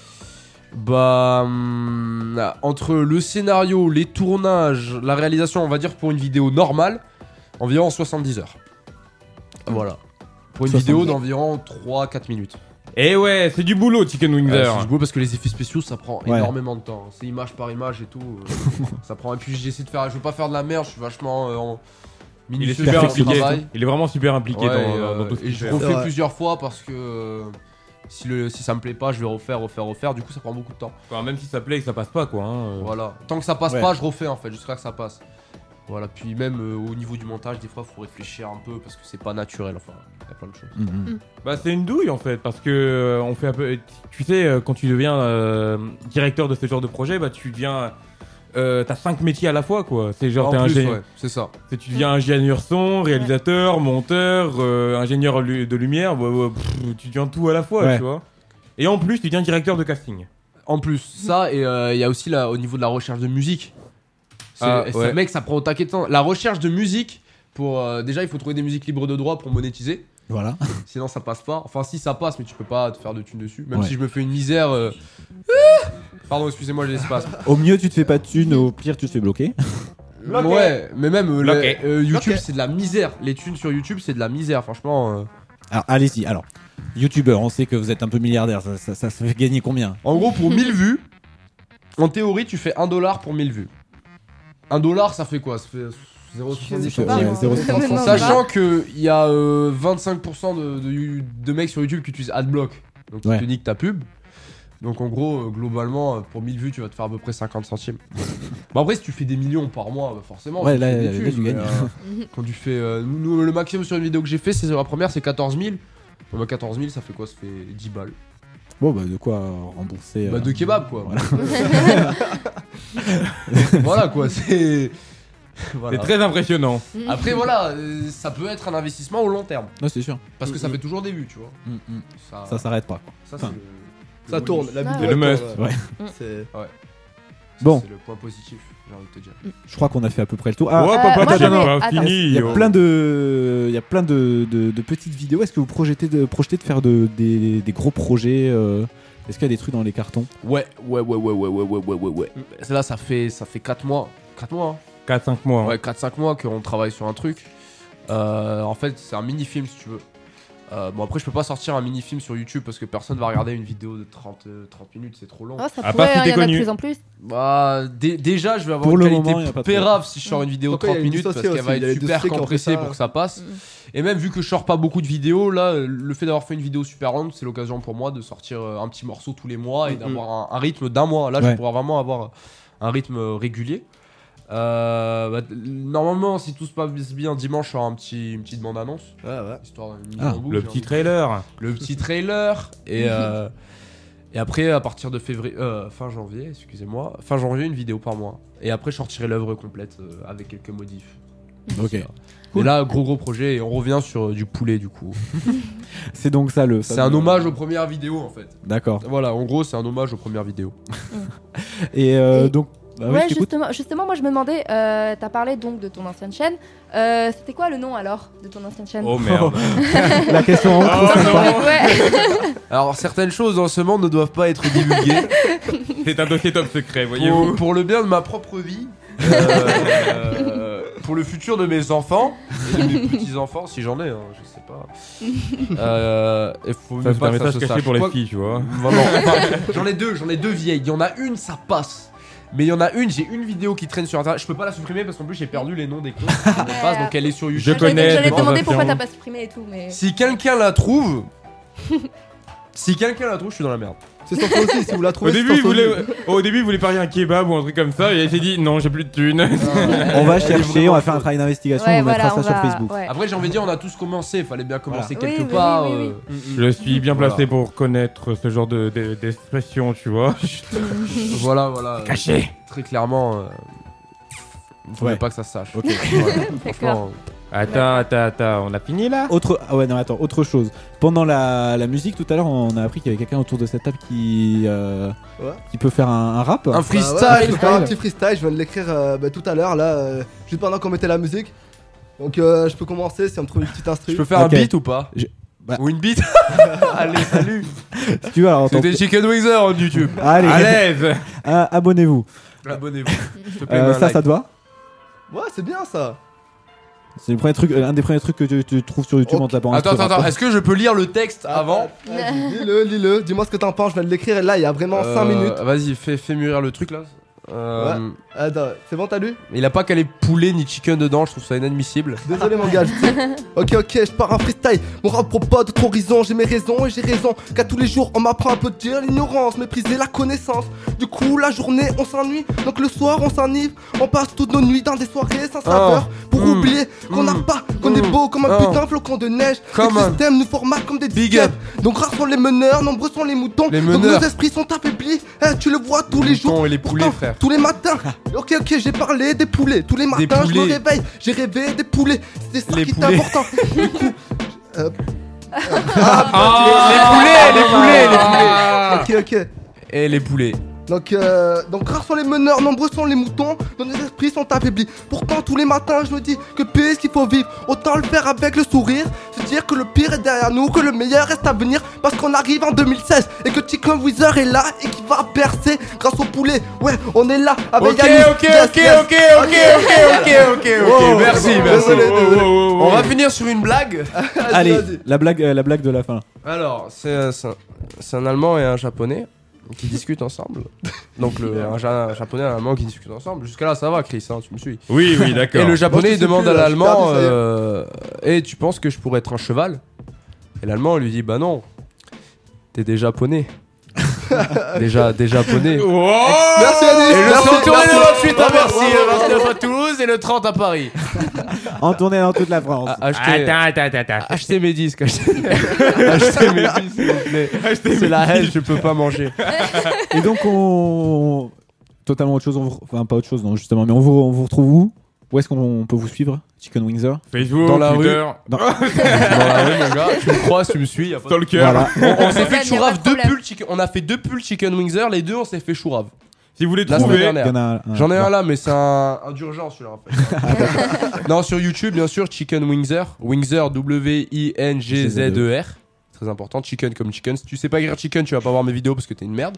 S13: bah. hum, entre le scénario, les tournages, la réalisation, on va dire pour une vidéo normale, environ soixante-dix heures. Voilà. Pour une
S6: soixante-dix.
S13: vidéo d'environ trois à quatre minutes.
S7: Et ouais, c'est du boulot, Chicken
S13: Ouais,
S7: Wingser.
S13: c'est du boulot parce que les effets spéciaux ça prend
S6: Ouais.
S13: énormément de temps. C'est image par image et tout. euh, ça prend. Et puis j'essaie de faire. Je veux pas faire de la merde, je suis vachement euh, en
S7: Il est
S13: minutieux
S7: super
S13: dans le
S7: impliqué.
S13: travail.
S7: Il est vraiment super impliqué
S13: Ouais,
S7: dans,
S13: euh,
S7: dans tout ce
S13: et
S7: qu'il
S13: je
S7: fait.
S13: refais
S14: C'est vrai.
S13: plusieurs fois parce que euh, si, le, si ça me plaît pas, je vais refaire, refaire, refaire. Du coup, ça prend beaucoup de temps.
S7: Enfin, même si ça plaît et que ça passe pas, quoi. hein, euh.
S13: Voilà. Tant que ça passe
S6: Ouais.
S13: pas, je refais en fait, jusqu'à que ça passe. Voilà. Puis même euh, au niveau du montage, des fois, faut réfléchir un peu parce que c'est pas naturel. Enfin, il y a plein de choses.
S6: Mhm.
S7: Bah c'est une douille en fait parce que euh, on fait un peu tu sais euh, quand tu deviens euh, directeur de ce genre de projet bah tu deviens euh, t'as cinq métiers à la fois quoi c'est genre
S13: En
S7: t'es
S13: plus,
S7: ingénieur
S13: ouais, c'est ça.
S7: c'est- tu deviens ingénieur son réalisateur monteur euh, ingénieur lu- de lumière ouais, ouais, pff, tu deviens tout à la fois
S6: Ouais.
S7: tu vois et en plus tu deviens directeur de casting
S13: En plus, ça, et euh, il y a aussi là, au niveau de la recherche de musique. C'est,
S7: Ah,
S13: c'est-
S7: ouais.
S13: Mec, ça prend au taquet de temps. La recherche de musique, pour euh, déjà, il faut trouver des musiques libres de droit pour monétiser.
S6: Voilà.
S13: Sinon, ça passe pas. Enfin, si ça passe, mais tu peux pas te faire de thunes dessus. Même
S6: Ouais.
S13: si je me fais une misère. euh, Pardon, excusez-moi, j'ai l'espace.
S6: Au mieux, tu te fais pas de thunes, au pire, tu te fais bloquer.
S13: Ouais, mais même euh,
S7: Bloqué.
S13: le- euh, YouTube,
S14: Bloqué.
S13: c'est de la misère. Les thunes sur YouTube, c'est de la misère, franchement. euh.
S6: Alors, allez-y. Alors, youtubeur, on sait que vous êtes un peu milliardaire. Ça, ça, ça fait gagner combien?
S13: En gros, pour mille vues, en théorie, tu fais un dollar pour mille vues. un dollar, ça fait quoi? Ça fait zéro virgule soixante-dix
S6: Ça fait,
S13: centimes.
S6: ouais, zéro virgule soixante-dix.
S13: Sachant qu'il y a euh, vingt-cinq pour cent de, de, de mecs sur YouTube qui utilisent Adblock. Donc ils
S6: Ouais.
S13: te niquent ta pub. Donc en gros, euh, globalement, euh, pour mille vues, tu vas te faire à peu près cinquante centimes. Bon après, si tu fais des millions par mois, bah, forcément,
S6: Ouais,
S13: tu
S6: là,
S13: fais des
S6: là,
S13: thunes,
S6: là, tu
S13: mais,
S6: gagnes.
S13: euh, quand tu fais... euh, nous, le maximum sur une vidéo que j'ai fait, c'est la première, c'est quatorze mille. Bon, bah, quatorze mille, ça fait quoi? Ça fait dix balles.
S6: Bon, bah, de quoi rembourser.
S13: Bah
S6: euh,
S13: de kebab quoi.
S6: Voilà.
S13: Voilà quoi, c'est... Voilà.
S7: c'est très impressionnant
S13: Après voilà, euh, ça peut être un investissement au long terme.
S6: Non, c'est sûr.
S13: Parce que ça
S6: Mm,
S13: fait toujours des vues, tu vois.
S6: mm, mm.
S13: Ça,
S6: Ça s'arrête pas. Quoi.
S13: ça,
S6: Enfin,
S13: c'est le-
S14: Ça
S13: le
S14: tourne,
S13: bonus.
S14: la
S5: Ah
S14: vidéo.
S7: ouais.
S14: elle
S7: Le
S14: tourne,
S7: must.
S6: Ouais.
S14: C'est-
S13: Ouais. Ça,
S6: Bon.
S13: C'est le point positif, j'ai envie de te dire.
S6: Je crois qu'on a fait à peu près le tour. Ah,
S7: ouais
S5: Euh,
S7: papa
S5: moi,
S7: t'as
S5: j'avais-
S7: pas
S5: attends.
S7: fini
S6: il y a
S7: yo.
S6: plein de, il y a plein de, de, de petites vidéos. Est-ce que vous projetez de, projetez de faire de, des, des gros projets euh, Est-ce qu'il y a des trucs dans les cartons?
S13: Ouais, ouais, ouais, ouais, ouais, ouais, ouais, ouais, ouais, ouais. Là, ça fait, ça fait quatre mois. quatre mois, hein.
S7: quatre cinq mois hein.
S13: Ouais, quatre cinq mois qu'on travaille sur un truc. Euh, en fait, c'est un mini-film, si tu veux. Euh, bon après je peux pas sortir un mini-film sur YouTube parce que personne va regarder une vidéo de trente, trente minutes, c'est trop long.
S5: Oh, ça à pourrait, il y en a de plus en plus.
S13: Bah, d- déjà je vais avoir
S6: pour
S13: une
S6: le
S13: qualité
S6: moment,
S13: pérave si je sors une vidéo de trente minutes parce qu'elle va être super compressée pour que ça passe.
S5: Mm.
S13: Et même vu que je sors pas beaucoup de vidéos, là le fait d'avoir fait une vidéo super longue, c'est l'occasion pour moi de sortir un petit morceau tous les mois et d'avoir un, un rythme d'un mois. Là ouais. je vais pouvoir vraiment avoir un rythme régulier. Euh, bah, normalement, si tout se passe bien, dimanche, il y aura un petit, une petite bande-annonce.
S14: Ouais, ouais.
S13: Histoire de
S7: ah, boucle, le petit trailer.
S13: Le petit trailer. Et, euh, et après, à partir de février, euh, fin janvier, excusez-moi, fin janvier, une vidéo par mois. Et après, je sortirai l'œuvre complète euh, avec quelques modifs.
S6: Ok.
S13: Cool. Et là, gros gros projet, et on revient sur euh, du poulet du coup.
S6: C'est donc ça le.
S13: C'est un hommage aux premières vidéos en fait.
S6: D'accord.
S13: Voilà, en gros, c'est un hommage aux premières vidéos.
S6: et, euh, et donc.
S5: Bah ouais, oui, justement, justement, moi je me demandais, euh, t'as parlé donc de ton ancienne chaîne. Euh, c'était quoi le nom alors de ton ancienne chaîne?
S7: Oh merde.
S6: La question.
S7: Oh, non.
S5: Ouais.
S13: Alors certaines choses dans ce monde ne doivent pas être divulguées.
S7: C'est un dossier top secret, voyez-vous.
S13: Pour, pour le bien de ma propre vie, euh, pour le futur de mes enfants et de mes petits enfants, si j'en ai, hein, je sais pas. Euh, il faut
S7: ça c'est un message caché pour les
S13: Quoi,
S7: filles, tu vois.
S13: Vraiment. Enfin, j'en ai deux, j'en ai deux vieilles. Il y en a une, ça passe. Mais il y en a une, j'ai une vidéo qui traîne sur internet. Je peux pas la supprimer parce qu'en plus j'ai perdu les noms des comptes. Passe, donc elle est sur YouTube.
S7: Je connais.
S5: J'allais te demander pourquoi t'as pas supprimé et tout, mais.
S13: Si quelqu'un la trouve, si quelqu'un la trouve, je suis dans la merde.
S14: C'est sans faux aussi, si vous la trouvez.
S7: Au début, il voulait, au début, il voulait parier un kebab ou un truc comme ça, et il s'est dit non, j'ai plus de thunes.
S6: On va chercher, on va faire un travail d'investigation,
S5: ouais,
S6: on
S5: voilà,
S6: mettra ça
S5: on
S6: sur
S5: va...
S6: Facebook.
S5: Ouais.
S13: Après, j'ai envie de dire, on a tous commencé, il fallait bien commencer
S5: voilà.
S13: quelque
S5: oui,
S13: part.
S5: Oui, oui, oui,
S13: euh...
S7: Je suis bien placé
S13: voilà.
S7: pour connaître ce genre de, de, d'expression, tu vois.
S13: Voilà, voilà.
S7: Caché.
S13: Très clairement, euh... il faudrait
S6: ouais.
S13: pas que ça se sache.
S6: Ok.
S13: Voilà. Franchement.
S7: Attends, attends, attends, on a fini là?
S6: Autre, ah ouais, non, attends, autre chose. Pendant la, la musique, tout à l'heure, on a appris qu'il y avait quelqu'un autour de cette table qui, euh,
S14: ouais.
S6: qui peut faire un, un rap.
S13: Un freestyle.
S14: Bah ouais, je peux faire un petit freestyle, je viens de l'écrire euh, bah, tout à l'heure, là, euh, juste pendant qu'on mettait la musique. Donc euh, je peux commencer si on me trouve une petite instru.
S13: Je peux faire okay. un beat ou pas? Je... Bah. Ou une beat? Allez, salut.
S6: Si tu veux, alors.
S13: C'était Chicken Wings en YouTube.
S6: Allez,
S7: à l'aise.
S6: euh, abonnez-vous.
S13: Abonnez-vous.
S6: Euh, ça, like. Ça te va?
S14: Ouais, c'est bien ça.
S6: C'est le premier truc, un des premiers trucs que tu, tu trouves sur YouTube
S13: okay.
S6: en tapant.
S13: Attends, attends, attends. Est-ce que je peux lire le texte ah, avant?
S14: Lis-le, lis-le. Dis-moi ce que t'en penses. Je viens de l'écrire et là, il y a vraiment
S13: euh, cinq
S14: minutes.
S13: Vas-y, fais, fais mûrir le truc là. Euh...
S14: Ouais. Attends, c'est bon, t'as lu?
S13: Il a pas calé poulet ni chicken dedans, je trouve ça inadmissible.
S14: Désolé mon gars, je sais. Ok, ok, je pars en freestyle. Mon rap propose d'autres horizons, j'ai mes raisons et j'ai raison. Qu'à tous les jours, on m'apprend un peu de dire l'ignorance, mépriser la connaissance. Du coup, la journée, on s'ennuie. Donc le soir, on s'enivre. On passe toutes nos nuits dans des soirées sans saveur. Oh. Pour mmh. oublier qu'on n'a mmh. pas, qu'on mmh. est beau comme un oh. putain flocon de neige.
S13: Comme
S14: le système nous formate comme des
S13: big up.
S14: Donc rares sont les meneurs, nombreux sont les moutons.
S13: Les
S14: Donc
S13: meneurs.
S14: nos esprits sont affaiblis. Eh, tu le vois tous les, les jours.
S13: Et les poulets,
S14: Pourtant,
S13: frère.
S14: Tous les matins. Ok, ok, j'ai parlé des poulets. Tous les matins, je me réveille, j'ai rêvé des poulets. C'est ça
S13: les
S14: qui est
S13: poulets.
S14: important. Du coup, euh,
S13: euh, ah, ah, les poulets, les poulets, les
S14: poulets. Ok, ok.
S13: Et les poulets.
S14: Donc, euh, donc rares sont les meneurs, nombreux sont les moutons, dont les esprits sont affaiblis. Pourtant, tous les matins, je me dis que pire est ce qu'il faut vivre. Autant le faire avec le sourire, se dire que le pire est derrière nous, que le meilleur reste à venir. Parce qu'on arrive en deux mille seize et que Chicken Wizard est là et qui va percer grâce au poulet. Ouais, on est là avec
S13: Ok,
S14: Yannis.
S13: ok, ok, ok, ok, ok, ok, ok, ok. Merci, merci.
S14: Désolé, désolé.
S13: On va finir sur une blague.
S6: Allez, vas-y. la blague, euh, la blague de la fin.
S13: Alors, c'est, c'est, un, c'est un Allemand et un Japonais qui discutent ensemble. Donc le un, un japonais et un allemand qui discutent ensemble. Jusqu'à là ça va Chris, hein, tu me suis.
S7: Oui, oui, d'accord.
S13: Et le japonais
S14: bon,
S13: il demande
S14: plus,
S13: à
S14: là,
S13: l'allemand euh, et tu penses que je pourrais être un cheval? Et l'allemand lui dit bah non. T'es des japonais. déjà des japonais.
S7: Oh
S14: merci Yannis.
S13: Et le
S14: merci,
S13: cent tourné
S14: merci.
S13: le vingt-huit à Bercy,
S14: Bravo,
S13: le
S14: bravo,
S13: vingt-neuf
S14: bravo.
S13: à Toulouse et le trente à Paris.
S6: En tournée dans toute la France.
S13: Achetez,
S7: attends, attends, attends.
S13: achetez mes disques. Achetez, achetez mes disques s'il vous plaît.
S7: Achetez
S13: C'est
S7: mes
S13: la haine,
S7: disques.
S13: je peux pas manger.
S6: Et donc on totalement autre chose, on vous... enfin pas autre chose non justement, mais on vous, on vous retrouve où? Où est-ce qu'on peut vous suivre, Chicken Wingser?
S7: Facebook,
S13: dans la
S7: Twitter.
S13: rue. Dans... dans la rue, mon gars. Tu me crois, tu me suis. Y a pas
S7: Dans
S13: de...
S7: le cœur.
S6: Voilà.
S13: On, on s'est fait
S5: Y a
S13: chourave
S5: pas de
S13: deux pulls. Chicken... On a fait deux pulls Chicken Wingser. Les deux, on s'est fait chourave.
S7: Si vous voulez
S13: La semaine
S7: trouver,
S13: dernière.
S6: Il y en a un-
S13: J'en ai
S6: bon.
S13: un là, mais c'est un, un d'urgence celui-là en fait. Non, sur YouTube, bien sûr, Chicken Wingser. Wingser, W I N G Z E R. Très important, chicken comme chicken. Si tu sais pas écrire chicken, tu vas pas voir mes vidéos parce que t'es une merde.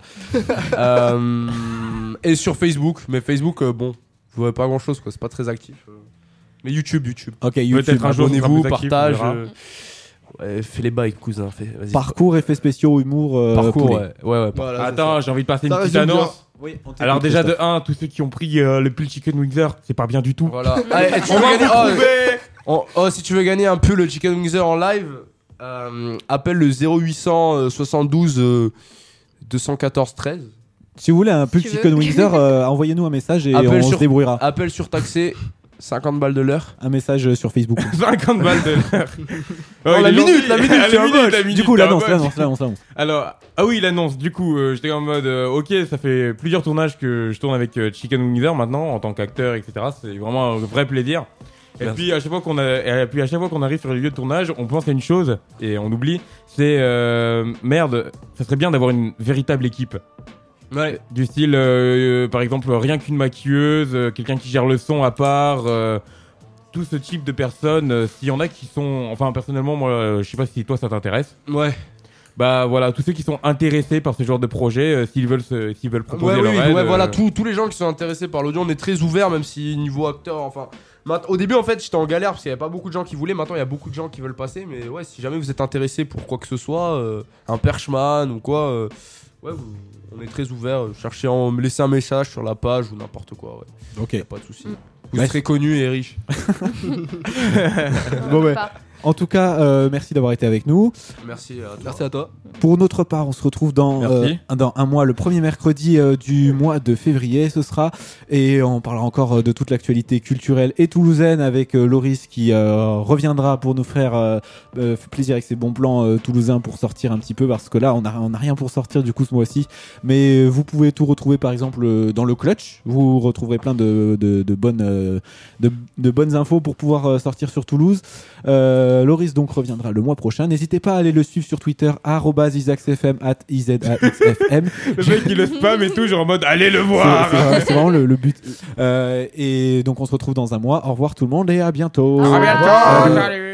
S13: euh, et sur Facebook, mais Facebook, euh, bon, vous voyez pas grand chose quoi, c'est pas très actif. euh. Mais YouTube, YouTube.
S6: Ok, YouTube.
S7: peut-être un jour, ce sera
S13: Abonnez-vous,
S7: plus actif,
S13: partage.
S7: on verra.
S13: euh, Ouais, fais les bails, cousin. Fais, vas-y.
S6: Parcours, effets spéciaux, humour. Euh,
S13: Parcours,
S6: poulet.
S13: ouais. Ouais, ouais.
S7: Voilà, Attends, j'ai envie de passer une
S14: Ça
S7: petite
S14: résume bien.
S7: annonce.
S6: Oui, on t'écoute,
S7: Alors déjà de
S6: Christophe.
S7: un, tous ceux qui ont pris euh, le pull Chicken Wingser, c'est pas bien du tout.
S13: Voilà. Allez, et tu
S7: On
S13: veux
S7: va
S13: gagner
S7: vous
S13: oh,
S7: trouver.
S13: oh, oh, si tu veux gagner un pull Chicken Wingser en live, euh, appelle le zéro huit cent soixante-douze euh, deux cent quatorze treize.
S6: Si vous voulez un pull
S5: tu
S6: Chicken
S5: veux.
S6: Wingser, euh, envoyez-nous un message et
S13: Appel
S6: on
S13: sur-
S6: se débrouillera.
S13: Appel surtaxé, cinquante balles de l'heure.
S6: Un message sur Facebook.
S7: cinquante balles de l'heure.
S13: Non,
S7: Oh,
S13: la
S7: il est
S13: minute,
S7: gentil.
S13: la minute,
S7: Ah,
S13: tu
S7: la
S13: es un
S7: minute,
S13: moche.
S7: la minute,
S6: Du coup,
S7: t'es un
S6: l'annonce,
S7: moche.
S6: l'annonce, l'annonce, l'annonce.
S7: Alors, ah oui, l'annonce. Du coup, euh, j'étais en mode, euh, ok, ça fait plusieurs tournages que je tourne avec euh, Chicken Wingser maintenant en tant qu'acteur, et cetera. C'est vraiment un vrai plaisir. Et
S13: Merci.
S7: puis à chaque fois qu'on a, et puis à chaque fois qu'on arrive sur les lieux de tournage, on pense à une chose et on oublie. C'est euh, merde, ça serait bien d'avoir une véritable équipe.
S13: Ouais.
S7: Du style, euh, euh, par exemple, rien qu'une maquilleuse, euh, quelqu'un qui gère le son à part. Euh, tout ce type de personnes, euh, s'il y en a qui sont, enfin personnellement, moi, euh, je sais pas si toi ça t'intéresse.
S13: Ouais.
S7: Bah voilà, tous ceux qui sont intéressés par ce genre de projet, euh, s'ils veulent, se, s'ils veulent proposer
S13: Ouais,
S7: leur
S13: oui,
S7: aide,
S13: ouais, voilà,
S7: euh,
S13: tous tous les gens qui sont intéressés par l'audio, on est très ouverts, même si niveau acteur, enfin. mat- Au début, en fait, j'étais en galère parce qu'il n'y avait pas beaucoup de gens qui voulaient. Maintenant, il y a beaucoup de gens qui veulent passer. Mais ouais, si jamais vous êtes intéressé pour quoi que ce soit, euh, un perchman ou quoi, euh, ouais, vous- on est très ouverts. Cherchez à me laisser un message sur la page ou n'importe quoi. Ouais.
S6: Ok.
S13: Y a pas de souci. Vous
S6: Ouais.
S13: serez connu et riche.
S6: Bon, ouais. En tout cas, euh, merci d'avoir été avec nous.
S13: Merci à toi. Merci à toi.
S6: Pour notre part, on se retrouve dans, euh,
S7: Merci.
S6: dans un mois, le premier mercredi euh, du mois de février, ce sera. Et on parlera encore euh, de toute l'actualité culturelle et toulousaine avec euh, Loris qui euh, reviendra pour nous faire euh, euh, plaisir avec ses bons plans euh, toulousains pour sortir un petit peu, parce que là, on n'a on a rien pour sortir du coup ce mois-ci. Mais euh, vous pouvez tout retrouver par exemple euh, dans le Clutch. Vous retrouverez plein de, de, de, bonnes, euh, de, de bonnes infos pour pouvoir euh, sortir sur Toulouse. Euh, Loris donc reviendra le mois prochain. N'hésitez pas à aller le suivre sur Twitter, arobase isaxfm, at izaxfm.
S7: Le mec il le spam et tout, genre en mode allez le voir.
S6: C'est, c'est vraiment, c'est vraiment le, le but. Euh, et donc on se retrouve dans un mois. Au revoir tout le monde et à bientôt.
S7: À bientôt.
S6: Salut.
S7: Salut.